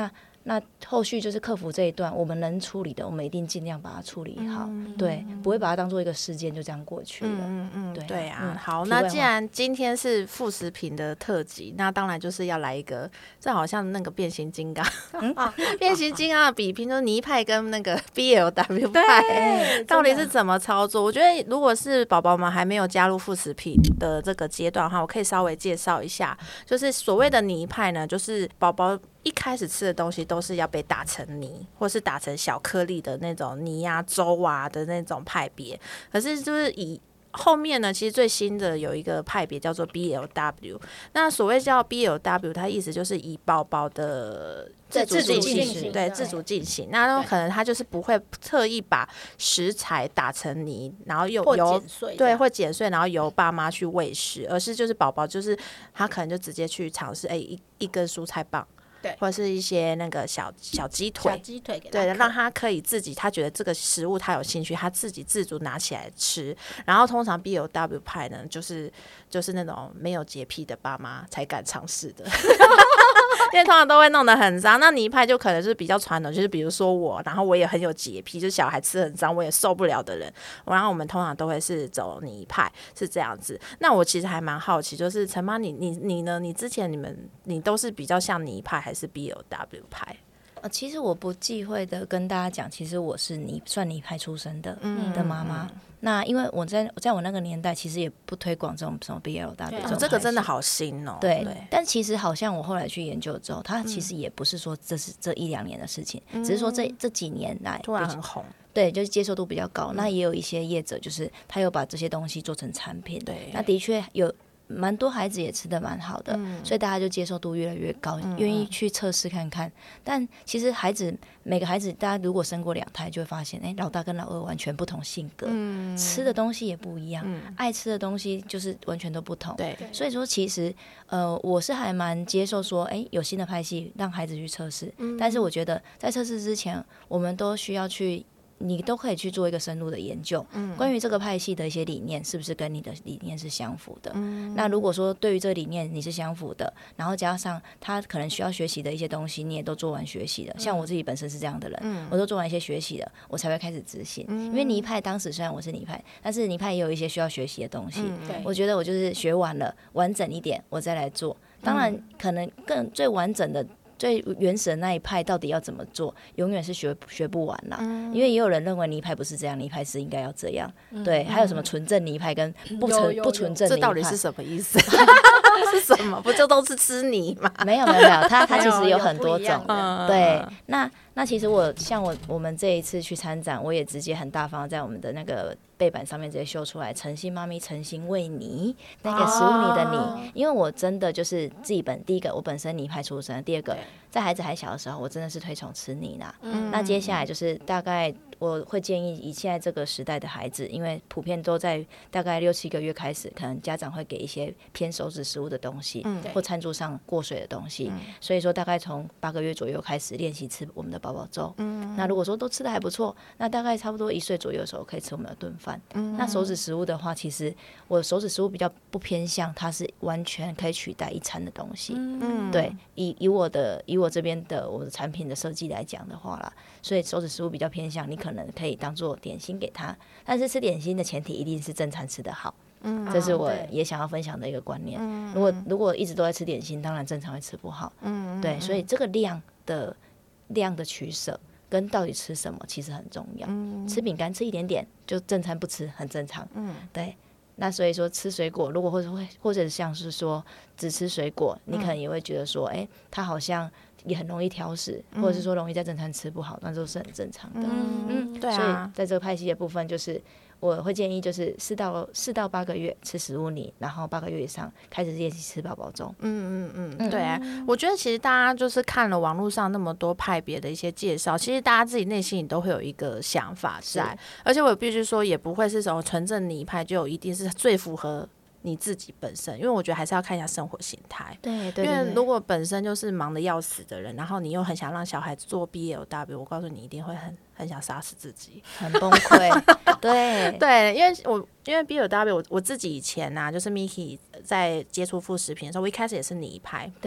那后续就是克服这一段，我们能处理的，我们一定尽量把它处理好，对，不会把它当做一个事件就这样过去了。 对啊。好，那既然今天是副食品的特辑，那当然就是要来一个，这好像那个变形金刚，变形金刚的比拼，就是泥派跟那个 BLW 派到底是怎么操作？我觉得如果是宝宝们还没有加入副食品的这个阶段的话，我可以稍微介绍一下，就是所谓的泥派呢，就是宝宝一开始吃的东西都是要被打成泥，或是打成小颗粒的那种泥啊、粥啊的那种派别。可是就是以后面呢，其实最新的有一个派别叫做 BLW。那所谓叫 BLW， 它意思就是以宝宝的自主进行，对，自主进行。那可能他就是不会特意把食材打成泥，然后由对会剪碎，然后由爸妈去喂食，而是就是宝宝就是他可能就直接去尝试，一根蔬菜棒。或者是一些那个小鸡腿，对，让他可以自己，他觉得这个食物他有兴趣，他自己自主拿起来吃。然后通常 BLW 派呢，就是那种没有洁癖的爸妈才敢尝试的。因为通常都会弄得很脏，那泥派就可能是比较传统，就是比如说我，然后我也很有洁癖，就是小孩吃很脏我也受不了的人，然后我们通常都会是走泥派，是这样子。那我其实还蛮好奇，就是陈妈，你呢？你之前你都是比较像泥派还是 BLW 派？ 其实我不忌讳的跟大家讲，其实我是算泥派出身的妈妈。那因为我在我那个年代，其实也不推广这种什么 BLW， 这个真的好新哦。 对，但其实好像我后来去研究之后，它其实也不是说这是这1-2年的事情，只是说这几年来突然很红。 对，就是接受度比较高。那也有一些业者，就是他有把这些东西做成产品。 对， 那的确有蛮多孩子也吃得蛮好的，所以大家就接受度越来越高，愿意去测试看看。但其实每个孩子，大家如果生过2胎，就会发现，老大跟老二完全不同性格，吃的东西也不一样，爱吃的东西就是完全都不同。 对， 所以说其实我是还蛮接受说，有新的派系让孩子去测试，但是我觉得在测试之前，我们都需要你都可以去做一个深入的研究，关于这个派系的一些理念是不是跟你的理念是相符的。那如果说对于这个理念你是相符的，然后加上他可能需要学习的一些东西你也都做完学习了，像我自己本身是这样的人，我都做完一些学习了，我才会开始执行。因为泥派当时虽然我是泥派，但是泥派也有一些需要学习的东西，我觉得我就是学完了完整一点我再来做。当然可能最完整的最原始的那一派到底要怎么做，永远是学不完啦。因为也有人认为泥派不是这样，泥派是应该要这样。对，还有什么纯正泥派跟不纯正泥派， 这到底是什么意思？是什么？不就都是吃泥吗？ 没有，它其实有很多种。对，那其实我们这一次去参展，我也直接很大方在我们的那个背板上面直接秀出来，诚心妈咪诚心喂泥，那个食物泥的泥。因为我真的就是自己第一个我本身泥派出身，第二个在孩子还小的时候，我真的是推崇吃泥啦。那接下来就是大概我会建议以现在这个时代的孩子，因为普遍都在大概6-7个月开始，可能家长会给一些偏手指食物的东西，或餐桌上过水的东西，所以说大概从8个月左右开始练习吃我们的宝宝粥。那如果说都吃的还不错，那大概差不多1岁左右的时候可以吃我们的炖饭。那手指食物的话，其实我手指食物比较不偏向它是完全可以取代一餐的东西。对，以我这边的我的产品的设计来讲的话啦，所以手指食物比较偏向你可能可以当做点心给他，但是吃点心的前提一定是正餐吃得好。这是我也想要分享的一个观念。如果一直都在吃点心，当然正常会吃不好。对，所以这个量的取舍跟到底吃什么其实很重要。吃饼干吃一点点，就正餐不吃很正常。对。那所以说吃水果，如果或者像是说只吃水果，你可能也会觉得说，他好像也很容易挑食，或者是说容易在正餐吃不好，那都是很正常的。 对啊。 所以在这个派系的部分，就是我会建议就是4到8个月吃食物泥，然后8个月以上开始练习吃宝宝粥。 对啊，我觉得其实大家就是看了网络上那么多派别的一些介绍，其实大家自己内心里都会有一个想法在，而且我必须说也不会是什么纯正泥派就一定是最符合你自己本身，因为我觉得还是要看一下生活形态。 对， 因为如果本身就是忙得要死的人，然后你又很想让小孩子做 BLW， 我告诉你一定会很想杀死自己， 很崩溃。 对，因为 BLW 我自己以前啊，就是 Miki 在接触副食品的时候，我一开始也是泥派。 对，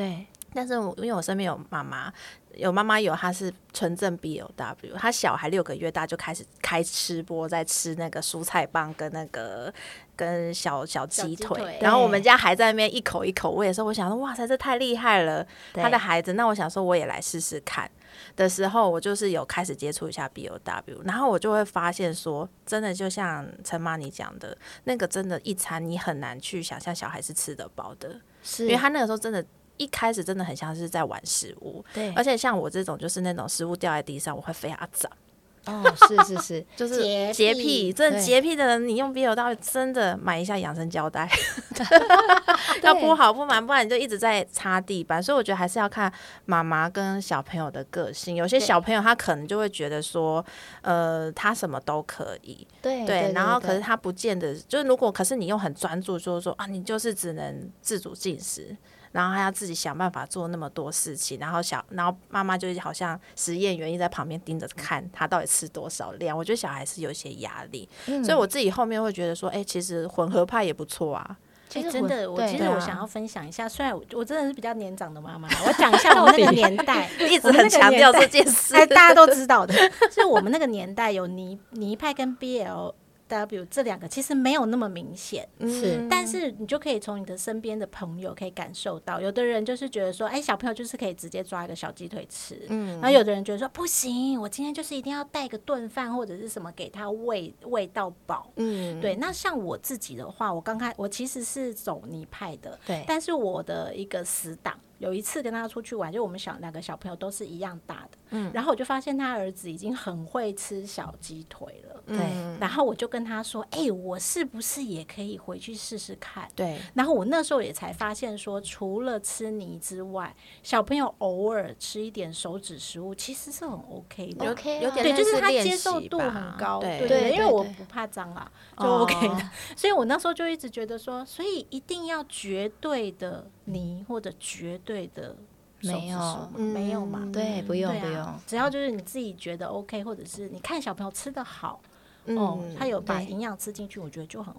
但是因为我身边有妈妈有她是纯正 BLW， 她小孩6个月大就开始开吃播，在吃那个蔬菜棒跟小鸡腿，然后我们家还在那边一口一口喂的时候，我想说哇塞，这太厉害了，他的孩子。那我想说我也来试试看的时候，我就是有开始接触一下 BLW， 然后我就会发现说，真的就像陈妈你讲的，那个真的一餐你很难去想象小孩是吃得饱的， 是因为他那个时候真的。一开始真的很像是在玩食物， 对， 而且像我这种就是那种食物掉在地上，我会非常脏。 哦，是， 就是洁癖，真的洁癖的人，你用 BLW 真的买一下养生胶带，要铺好铺满，不然你就一直在擦地板。所以我觉得还是要看妈妈跟小朋友的个性。有些小朋友他可能就会觉得说，他什么都可以，对，然后可是他不见得就是如果可是你又很专注，说啊，你就是只能自主进食。然后还要自己想办法做那么多事情，然后妈妈就好像实验员一在旁边盯着看他到底吃多少量。我觉得小孩是有一些压力，所以我自己后面会觉得说，其实混合派也不错啊。 其实真的，其实我想要分享一下，虽然我真的是比较年长的妈妈，我讲一下我们那个年代， 一直很强调这件事， 大家都知道的，是我们那个年代有泥派跟 BLW 这两个其实没有那么明显， 是， 但是你就可以从你的身边的朋友可以感受到，有的人就是觉得说，小朋友就是可以直接抓一个小鸡腿吃，然后有的人觉得说不行，我今天就是一定要带个炖饭或者是什么给他喂到饱，对。那像我自己的话，我其实是走泥派的， 对， 但是我的一个死党。有一次跟他出去玩，就我们2个小朋友都是一样大的，然后我就发现他儿子已经很会吃小鸡腿了， 对， 然后我就跟他说，我是不是也可以回去试试看？ 对， 然后我那时候也才发现说，除了吃泥之外，小朋友偶尔吃一点手指食物，其实是很 OK 的， 有点对，就是他接受度很高，对，因为我不怕脏啦，就 OK 的，所以我那时候就一直觉得说，所以一定要绝对的泥或者绝对的没有嘛？ 对，不用， 只要就是你自己觉得 OK， 或者是你看小朋友吃得好，他有把营养吃进去，我觉得就很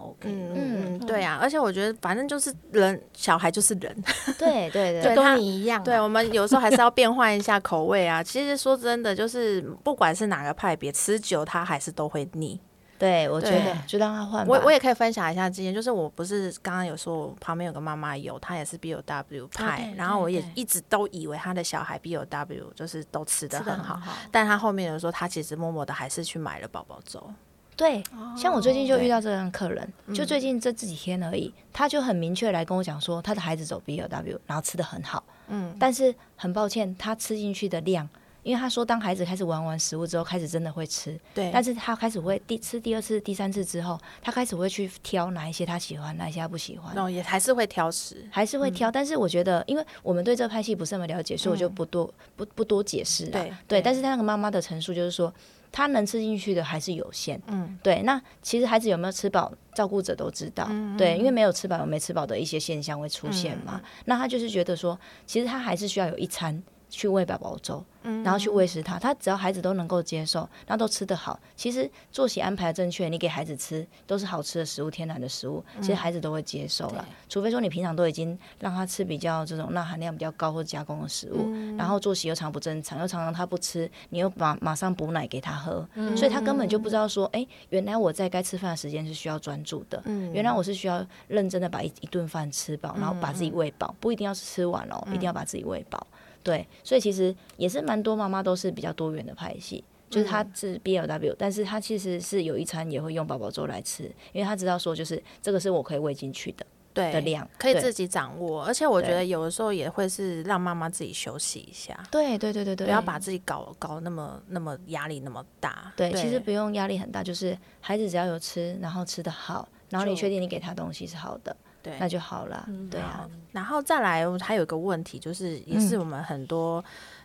OK。 对啊，而且我觉得反正就是人，小孩就是人， 对， 就跟你一样。 对，我们有时候还是要变换一下口味啊。其实说真的，就是不管是哪个派别，吃久他还是都会腻。 对，我觉得就让他换吧。 我也可以分享一下经验，就是我不是刚刚有说我旁边有个妈妈她也是 BLW 派，然后我也一直都以为她的小孩 BLW 就是都吃得很好，但她后面有说她其实默默的还是去买了宝宝粥。 对，像我最近就遇到这样的客人，就最近这几天而已，他就很明确来跟我讲说，他的孩子走 BLW， 然后吃得很好，但是很抱歉，他吃进去的量。因为他说，当孩子开始玩食物之后，开始真的会吃， 对。 但是他开始会吃第2次、第3次之后，他开始会去挑哪一些他喜欢，哪一些他不喜欢， 也还是会挑食， 还是会挑。但是我觉得，因为我们对这个派系不是那么了解，所以我就不多解释了。对。但是他那个妈妈的陈述就是说，他能吃进去的还是有限。对。那其实孩子有没有吃饱，照顾者都知道。对，因为没有吃饱有没吃饱的一些现象会出现嘛。那他就是觉得说，其实他还是需要有一餐。去喂宝宝粥，然后去喂食他只要孩子都能够接受，然后都吃得好，其实作息安排正确，你给孩子吃都是好吃的食物，天然的食物，其实孩子都会接受了。除非说你平常都已经让他吃比较这种钠含量比较高或加工的食物，然后作息又常不正常，又常常他不吃，你又马上补奶给他喝，所以他根本就不知道说，原来我在该吃饭的时间是需要专注的，原来我是需要认真的把一顿饭吃饱，然后把自己喂饱，不一定要是吃完哦，一定要把自己喂饱。对，所以其实也是蛮多妈妈都是比较多元的派系，就是她是 BLW，但是她其实是有一餐也会用宝宝粥来吃，因为她知道说就是这个是我可以喂进去的量， 可以自己掌握。而且我觉得有的时候也会是让妈妈自己休息一下。 对，不要把自己搞那么压力那么大。 对，其实不用压力很大，就是孩子只要有吃，然后吃得好，然后你确定你给他东西是好的。对，那就好了。对啊， 然后再来还有一个问题，就是也是我们很多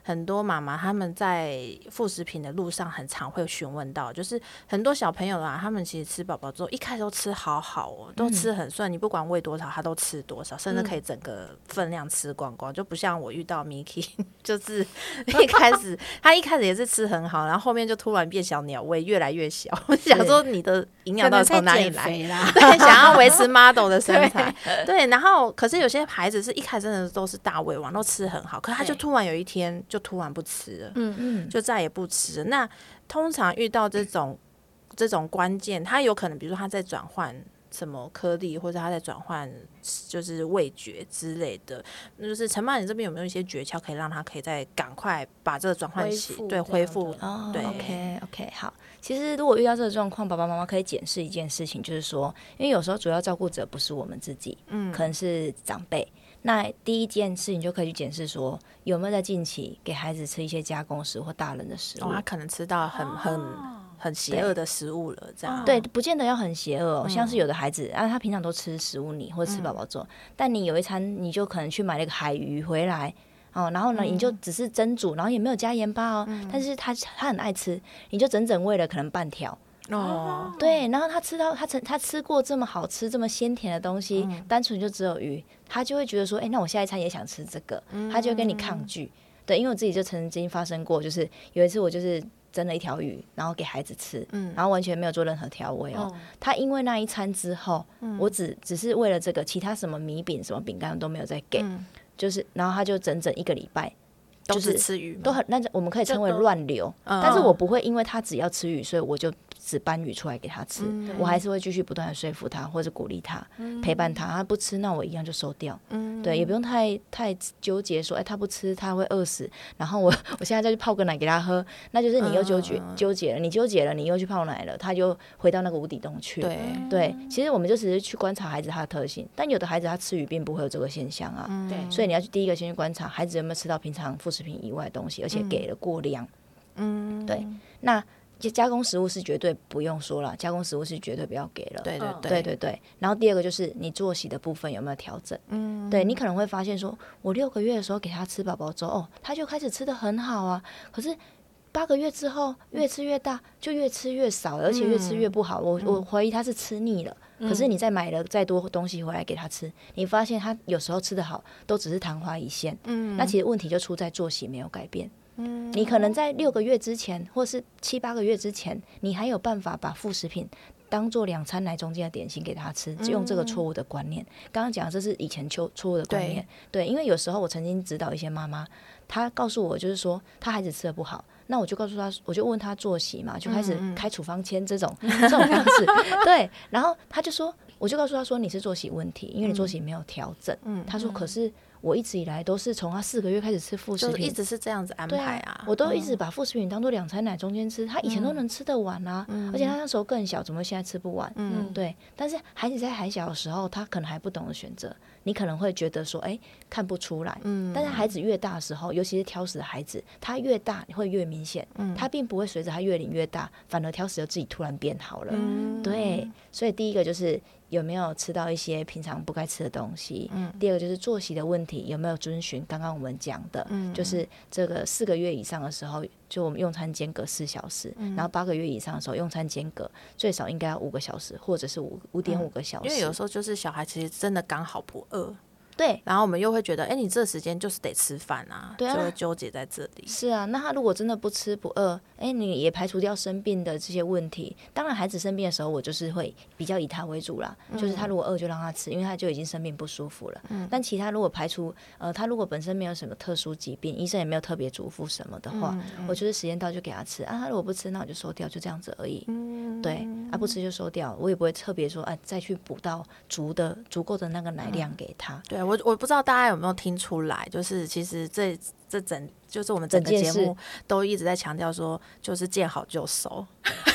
很多妈妈他们在副食品的路上很常会询问到，就是很多小朋友啊，他们其实吃宝宝之后一开始都吃好好哦，都吃很顺，你不管喂多少他都吃多少，甚至可以整个分量吃光光，就不像我遇到 Miki 就是他一开始也是吃很好，然后后面就突然变小鸟胃，越来越小。我想说你的营养到底从哪里来？对，想要维持 model 的身材，对。然后可是有些孩子是一开始真的都是大胃王，都吃很好，可是他就突然有一天就突然不吃了，就再也不吃了。那通常遇到这种关键，他有可能比如说他在转换什么颗粒，或者他在转换就是味觉之类的，那就是陈妈，你这边有没有一些诀窍可以让他可以再赶快把这个转换期恢复？对 ，OK， 好。其实如果遇到这个状况，爸爸妈妈可以检视一件事情，就是说，因为有时候主要照顾者不是我们自己，可能是长辈。那第一件事情就可以去检视说，有没有在近期给孩子吃一些加工食或大人的食物， 他可能吃到很邪恶的食物了，这样对，不见得要很邪恶像是有的孩子他平常都吃食物泥或者吃宝宝粥，但你有一餐你就可能去买了一个海鱼回来然后呢你就只是蒸煮，然后也没有加盐巴但是他很爱吃，你就整整喂了可能半条对，然后他吃过这么好吃这么鲜甜的东西，单纯就只有鱼，他就会觉得说那我下一餐也想吃这个，他就会跟你抗拒。对，因为我自己就曾经发生过，就是有一次我就是蒸了一条鱼，然后给孩子吃，然后完全没有做任何调味他因为那一餐之后，我只是为了这个，其他什么米饼什么饼干都没有再给，就是然后他就整整1个礼拜都是吃鱼， 都很那我们可以称为乱流，但是我不会因为他只要吃鱼，所以我就只搬鱼出来给他吃，我还是会继续不断的说服他或者鼓励他，陪伴他，他不吃那我一样就收掉，对，也不用太纠结说他不吃他会饿死，然后我现在再去泡个奶给他喝，那就是你又纠结了，你纠结了，你又去泡奶了，他就回到那个无底洞去了。对，其实我们就只是去观察孩子他的特性，但有的孩子他吃鱼并不会有这个现象对，所以你要去第一个先去观察孩子有没有吃到平常副食品以外的东西，而且给了过量。对，那加工食物是绝对不用说了，加工食物是绝对不要给了。对。然后第二个就是你作息的部分有没有调整？对，你可能会发现说，我6个月的时候给他吃宝宝粥他就开始吃得很好啊，可是8个月之后越吃越大，就越吃越少，而且越吃越不好。我怀疑他是吃腻了。可是你再买了再多东西回来给他吃，你发现他有时候吃得好，都只是昙花一现。那其实问题就出在作息没有改变。你可能在6个月之前，或是7、8个月之前，你还有办法把副食品当做2餐奶中间的点心给他吃，用这个错误的观念。刚刚讲的这是以前错误的观念。对，因为有时候我曾经指导一些妈妈，她告诉我就是说她孩子吃得不好，那我就告诉她，我就问她作息嘛，就开始开处方签这种方式。对，然后她就说，我就告诉她说你是作息问题，因为你作息没有调整。她说可是我一直以来都是从他4个月开始吃副食品， 就一直是这样子安排我都一直把副食品当做2餐奶中间吃，他以前都能吃得完而且他那时候更小，怎么现在吃不完？对。但是孩子在还小的时候，他可能还不懂得选择，你可能会觉得说，看不出来。但是孩子越大的时候，尤其是挑食的孩子，他越大会越明显，他并不会随着他越龄越大，反而挑食的自己突然变好了。对，所以第一个就是有没有吃到一些平常不该吃的东西，第二个就是作息的问题有没有遵循刚刚我们讲的，就是这个4个月以上的时候，就我们用餐间隔4小时，然后8个月以上的时候用餐间隔最少应该要5个小时，或者是5.5个小时， 因为有时候就是小孩其实真的刚好不饿。 对， 然后我们又会觉得，你这时间就是得吃饭就会纠结在这里。 是啊，那他如果真的不吃不饿，你也排除掉生病的这些问题。当然，孩子生病的时候，我就是会比较以他为主啦，就是他如果饿就让他吃，因为他就已经生病不舒服了。但其他如果排除他如果本身没有什么特殊疾病，医生也没有特别嘱咐什么的话，我就是时间到就给他吃他如果不吃，那我就收掉，就这样子而已。对不吃就收掉，我也不会特别说再去补到足够的那个奶量给他。 对。我不知道大家有没有听出来，就是其实就是我们整个节目都一直在强调说，就是见好就收。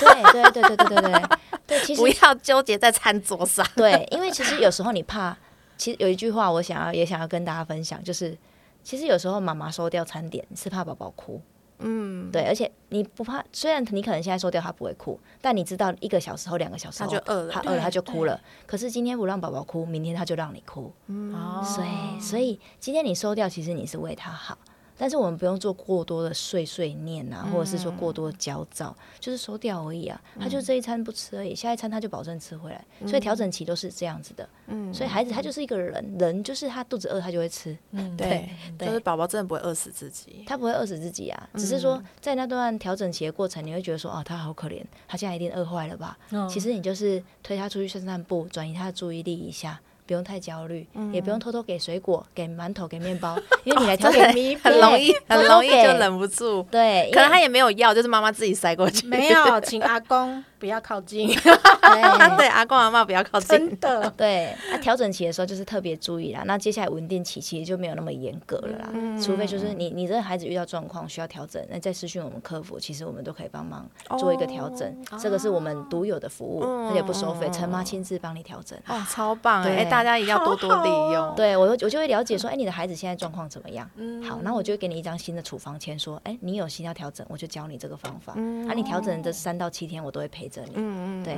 对，其实不要纠结在餐桌上。 对，因为其实有时候你怕，其实有一句话我也想要跟大家分享，就是其实有时候妈妈收掉餐点是怕宝宝哭。对，而且你不怕，虽然你可能现在收掉他不会哭，但你知道1个小时后2个小时后他就饿了， 他饿了他就哭了。可是今天不让宝宝哭，明天他就让你哭。所以今天你收掉，其实你是为他好。 但是我们不用做过多的碎碎念啊，或者是说过多的焦躁，就是收掉而已啊。他就这一餐不吃而已，下一餐他就保证吃回来。所以调整期都是这样子的。所以孩子他就是一个人就是他肚子饿他就会吃。 对，就是宝宝真的不会饿死自己， 他不会饿死自己啊，只是说在那段调整期的过程，你会觉得说他好可怜，他现在一定饿坏了吧？其实你就是推他出去散散步，转移他的注意力一下。不用太焦虑，也不用偷偷给水果、给馒头、给面包，因为你来调整很容易就忍不住。 对， 可能他也没有要，就是妈妈自己塞过去。 没有，请阿公不要靠近。 对，阿公阿嬷不要靠近。 真的。 对，调整期的时候就是特别注意啦。那接下来稳定期其实就没有那么严格了啦，除非就是你这个孩子遇到状况需要调整，那再私讯我们客服，其实我们都可以帮忙做一个调整。这个是我们独有的服务，而且不收费，陈妈亲自帮你调整。 超棒哎！大家一定要多多利用。 对，我就会了解说，你的孩子现在状况怎么样？好，那我就会给你一张新的处方签，说，你有心要调整，我就教你这个方法。你调整的3到7天，我都会陪着你。对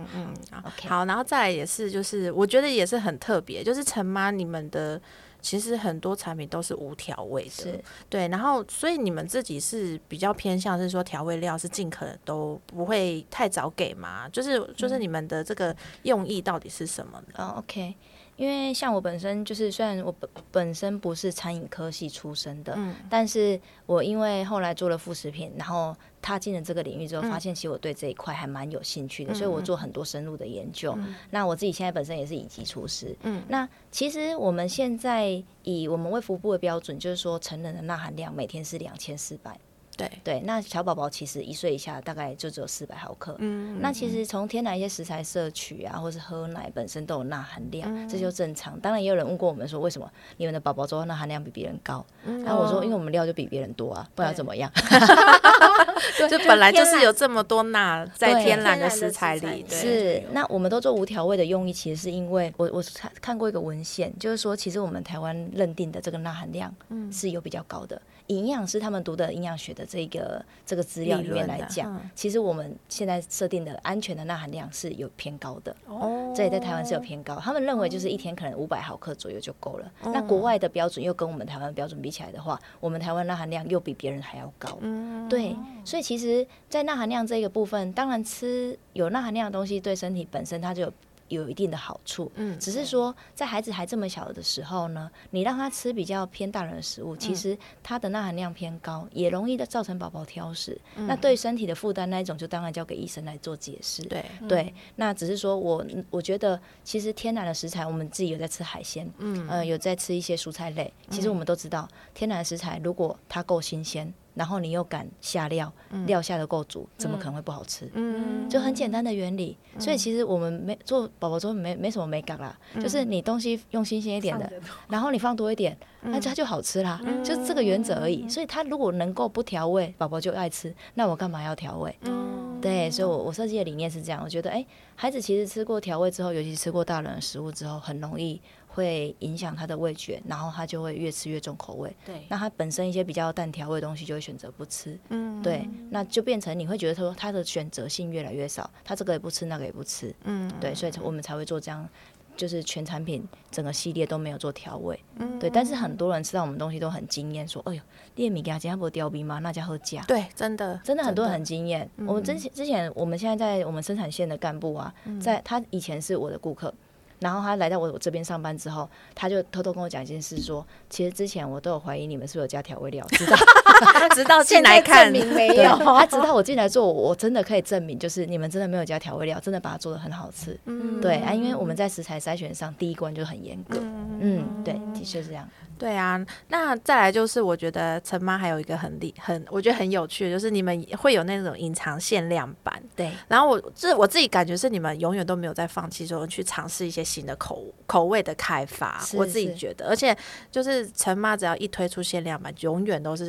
，OK， 好，然后再来也是，就是我觉得也是很特别，就是陈妈你们的。其实很多产品都是无调味的，对，然后所以你们自己是比较偏向是说调味料是尽可能都不会太早给嘛？就是你们的这个用意到底是什么呢 ？OK， 因为像我本身就是虽然我本身不是餐饮科系出身的，但是我因为后来做了副食品，然后踏进了这个领域之后，发现其实我对这一块还蛮有兴趣的，所以我做很多深入的研究。那我自己现在本身也是乙级厨师。那其实我们现在以我们卫福部的标准，就是说成人的钠含量每天是2400。对，那小宝宝其实1岁以下大概就只有400毫克。那其实从天然一些食材摄取啊，或是喝奶本身都有钠含量，这就正常。当然也有人问过我们说，为什么你们的宝宝粥钠含量比别人高？那我说，因为我们料就比别人多啊，不然怎么样？ 就本来就是有这么多钠在天然的食材里。 是，那我们都做无调味的用意，其实是因为我看过一个文献，就是说，其实我们台湾认定的这个钠含量是有比较高的。营养师他们读的营养学的这个资料里面来讲，其实我们现在设定的安全的钠含量是有偏高的。这也在台湾是有偏高，他们认为就是一天可能500毫克左右就够了。那国外的标准又跟我们台湾的标准比起来的话，我们台湾钠含量又比别人还要高。对，所以其实，在钠含量这个部分，当然吃有钠含量的东西对身体本身它就有一定的好处，只是说在孩子还这么小的时候呢，你让他吃比较偏大人的食物，其实他的钠含量偏高，也容易的造成宝宝挑食。那对身体的负担那一种，就当然交给医生来做解释。对，那只是说我觉得，其实天然的食材，我们自己有在吃海鲜，有在吃一些蔬菜类，其实我们都知道，天然的食材如果它够新鲜，然后你又敢下料，料下的够足，怎么可能会不好吃？就很简单的原理。所以其实我们做宝宝粥没什么美感啦，就是你东西用新鲜一点的，然后你放多一点，那它就好吃啦，就这个原则而已。所以它如果能够不调味，宝宝就爱吃，那我干嘛要调味？对，所以我设计的理念是这样，我觉得孩子其实吃过调味之后，尤其吃过大人的食物之后，很容易会影响他的味觉，然后他就会越吃越重口味。对，那他本身一些比较淡调味的东西就会选择不吃。对，那就变成你会觉得说他的选择性越来越少，他这个也不吃，那个也不吃。对，所以我们才会做这样，就是全产品整个系列都没有做调味。对，但是很多人吃到我们东西都很惊艳，说：“哎呦，你的物件真的没调味吗？那叫好吃。” 对，真的很多人很惊艳。我们之前，我们现在在我们生产线的干部啊，他以前是我的顾客。然后他来到我这边上班之后，他就偷偷跟我讲一件事，说其实之前我都有怀疑你们是不是有加调味料， 直到进来看， 证明没有。 他直到我进来做，我真的可以证明，就是你们真的没有加调味料，真的把它做得很好吃。对啊，因为我们在食材筛选上第一关就很严格。对，的确是这样。 对啊，那再来就是我觉得陈妈还有一个我觉得很有趣的，就是你们会有那种隐藏限量版。 对， 然后我自己感觉是你们永远都没有在放弃说去尝试一些新的口味的开发。我自己觉得，而且就是陈妈只要一推出限量版，永远都是马上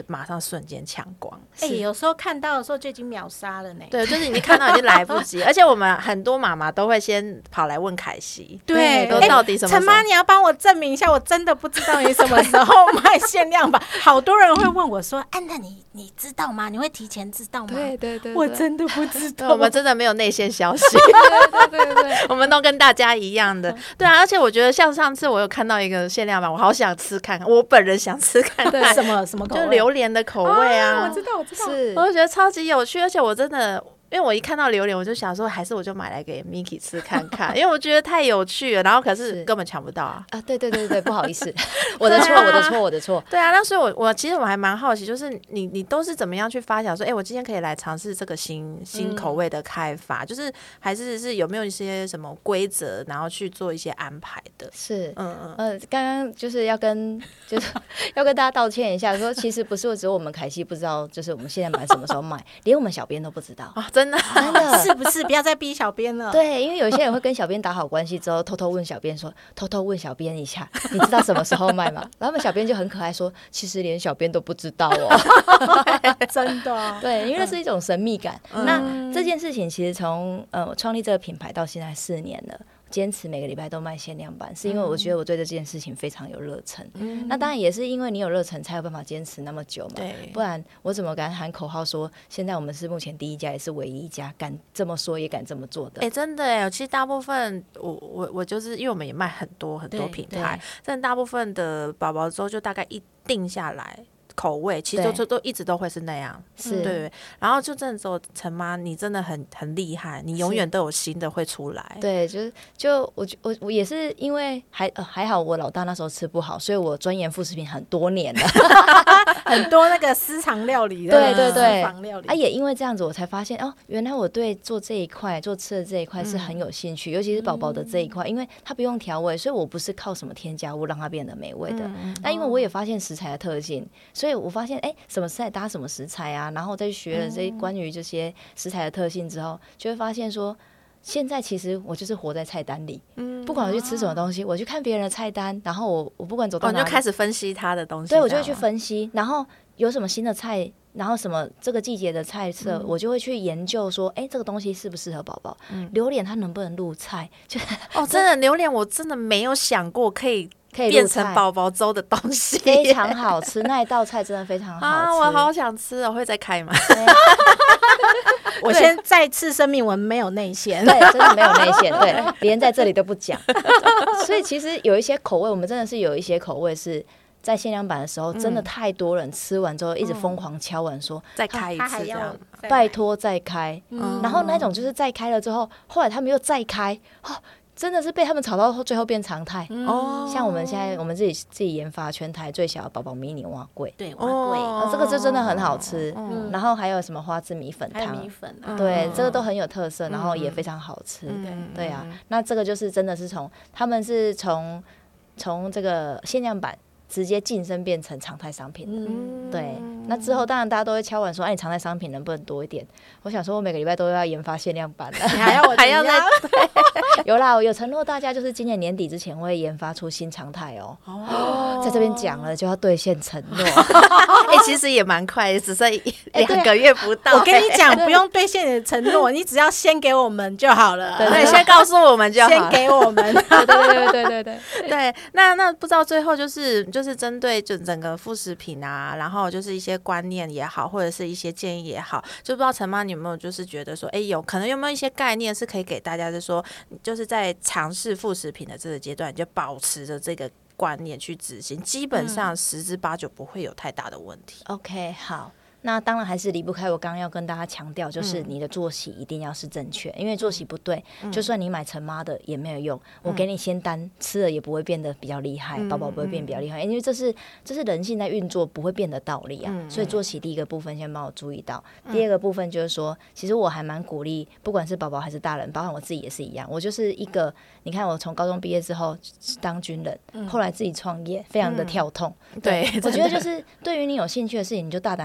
瞬间抢光。 有时候看到的时候就已经秒杀了呢。 对，就是你看到已经来不及，而且我们很多妈妈都会先跑来问凯西， 对， 都到底什么时候？ 陈妈，你要帮我证明一下，我真的不知道你什么时候卖限量版。好多人会问我说：“安娜，你知道吗？你会提前知道吗？” 对， 我真的不知道， 我们真的没有内线消息， 对， 我们都跟大家一样的。对啊，而且我觉得像上次我有看到一个限量版，我好想吃看看，我本人想吃看看， 什么口味？ 就榴莲的口味啊， 我知道， 是， 我就觉得超级有趣，而且我真的。因为我一看到榴莲，我就想说，还是我就买来给 Miki 吃看看，因为我觉得太有趣了。然后可是根本抢不到啊！ 对，不好意思，我的错。对啊， 那所以我其实我还蛮好奇，就是你都是怎么样去发想说，我今天可以来尝试这个新口味的开发，就是还是有没有一些什么规则，然后去做一些安排的？ 是，刚刚就是要跟大家道歉一下，说其实不是只有我们凯西不知道，就是我们限量版什么时候卖，连我们小编都不知道啊，真的是不是？不要再逼小编了。 对，因为有些人会跟小编打好关系之后，偷偷问小编说，偷偷问小编一下，你知道什么时候卖吗？然后我们小编就很可爱说，其实连小编都不知道哦， 真的。 对，因为那是一种神秘感。那这件事情其实从创立这个品牌到现在4年了。坚持每个礼拜都卖限量版，是因为我觉得我对这件事情非常有热忱。那当然也是因为你有热忱，才有办法坚持那么久嘛。不然我怎么敢喊口号说，现在我们是目前第一家，也是唯一一家敢这么说也敢这么做的？ 真的其实大部分我就是因为我们也卖很多品牌，但大部分的宝宝粥就大概一定下来。口味其实都一直都会是那样， 是对。然后就真的只有陈妈，你真的很厉害，你永远都有新的会出来。 对，就我也是因为还好，我老大那时候吃不好，所以我钻研副食品很多年了， 很多那个私藏料理的， 对私房料理也因为这样子，我才发现原来我对做这一块做吃的这一块是很有兴趣，尤其是宝宝的这一块，因为它不用调味，所以我不是靠什么添加物让它变得美味的。那因为我也发现食材的特性，所以我发现什么食材搭什么食材啊，然后再学了关于这些食材的特性之后，就会发现说，现在其实我就是活在菜单里，不管我去吃什么东西，我去看别人的菜单，然后我不管走到哪里， 你就开始分析他的东西， 对，我就会去分析，然后有什么新的菜，然后什么这个季节的菜色，我就会去研究说，这个东西适不适合宝宝？榴莲它能不能入菜？ 真的榴莲我真的没有想过可以变成宝宝粥的东西， 非常好吃，那一道菜真的非常好吃我好想吃哦！会再开吗？ 我先再次声明，我没有内线， 对，真的没有内线，对，连在这里都不讲。所以其实有一些口味，我们真的是有一些口味是在限量版的时候，真的太多人吃完之后一直疯狂敲碗说再开一次这样， 拜托再开。然后那种就是再开了之后，后来他们又再开，真的是被他们炒到最后变常态。像我们现在我们自己研发全台最小的宝宝迷你碗粿， 对，碗粿， 这个就真的很好吃。然后还有什么花枝米粉汤， 米粉， 对，这个都很有特色，然后也非常好吃。对啊，那这个就是真的是他们是从这个限量版直接晋升变成常态商品的。对，那之后当然大家都会敲碗说，你常态商品能不能多一点？我想说，我每个礼拜都要研发限量版的， 你还要我还要再有啦，我有承诺大家，就是今年年底之前会研发出新常态哦。在这边讲了就要兑现承诺。 其实也蛮快，只剩2个月不到。 我跟你讲，不用兑现你的承诺，你只要先给我们就好了。 对，先告诉我们就好了， 先给我们。 对。那不知道最后就是针对整个副食品啊，然后就是一些观念也好，或者是一些建议也好，就不知道陈妈你有没有就是觉得说，可能有没有一些概念是可以给大家，就是说，就是在尝试副食品的这个阶段，你就保持着这个观念去执行，基本上10之8九不会有太大的问题。 OK， 好。那当然还是离不开我刚刚要跟大家强调，就是你的作息一定要是正确，因为作息不对，就算你买陈妈的也没有用，我给你仙丹吃了也不会变得比较厉害，宝宝不会变比较厉害，因为这是人性在运作不会变的道理啊。所以作息第一个部分先帮我注意到，第二个部分就是说，其实我还蛮鼓励，不管是宝宝还是大人，包括我自己也是一样，我就是一个，你看我从高中毕业之后当军人，后来自己创业，非常的跳痛。 对， 我觉得就是对于你有兴趣的事情，你就大胆的去尝试。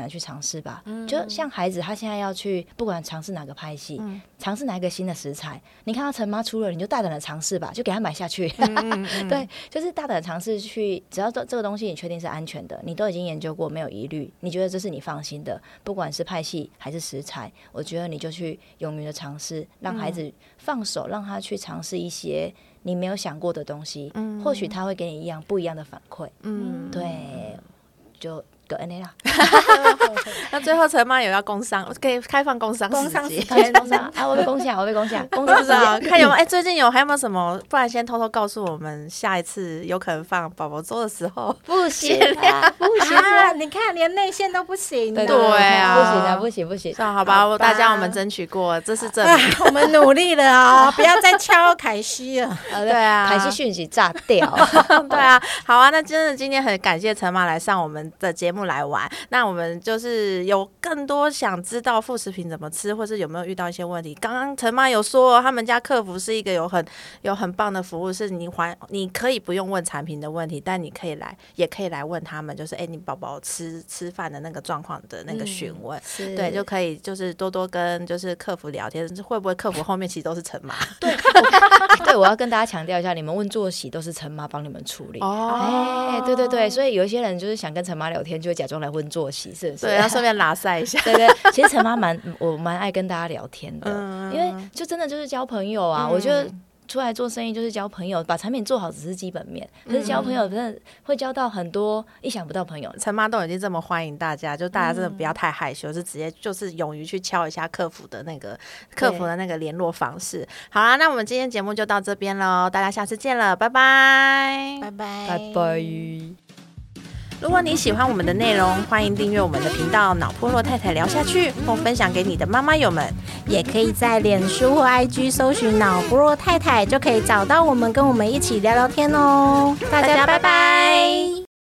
试吧。就像孩子他现在要去不管尝试哪个派系，尝试哪一个新的食材，你看到陈妈出了，你就大胆的尝试吧，就给他买下去。对，就是大胆的尝试去，只要这个东西你确定是安全的，你都已经研究过没有疑虑，你觉得这是你放心的，不管是派系还是食材，我觉得你就去勇于的尝试，让孩子放手，让他去尝试一些你没有想过的东西，或许他会给你不一样的反馈。对，就个 N A 啦。 那最后陈妈有要工商，可以开放工商时间， 工商啊，我被攻下，工商时间， 看有没有最近还有没有什么？不然先偷偷告诉我们，下一次有可能放宝宝粥的时候， 不行啊，不行啊！你看连内线都不行， 对啊，不行， 好吧，大家我们争取过，这是证明我们努力了啊！不要再敲凯西了， 对啊， 凯西讯息炸掉， 对啊，好啊，那真的今天很感谢陈妈来上我们的节目来玩，那我们就是有更多想知道副食品怎么吃，或是有没有遇到一些问题。刚刚陈妈有说，他们家客服是一个有很棒的服务，是你可以不用问产品的问题，但你也可以来问他们，就是你宝宝吃饭的那个状况的那个询问，对，就可以就是多多跟就是客服聊天，会不会客服后面其实都是陈妈？ 对，我要跟大家强调一下，你们问作息都是陈妈帮你们处理。对，所以有一些人就是想跟陈妈聊天，就会假装来问作息，是不是？ 对，要顺便拉塞一下。 对，其实陈妈我蛮爱跟大家聊天的，因为就真的就是交朋友啊。我觉得出来做生意就是交朋友，把产品做好只是基本面，可是交朋友真的会交到很多意想不到朋友。 陈妈都已经这么欢迎大家，就大家真的不要太害羞，是直接就是勇于去敲一下客服的那个联络方式。好啦，那我们今天节目就到这边咯，大家下次见了，拜拜， 拜拜， 拜拜。 如果你喜欢我们的内容，欢迎订阅我们的频道脑波弱太太聊下去，或分享给你的妈妈友们， 也可以在脸书或 IG 搜寻脑波弱太太，就可以找到我们，跟我们一起聊聊天哦。 大家拜拜。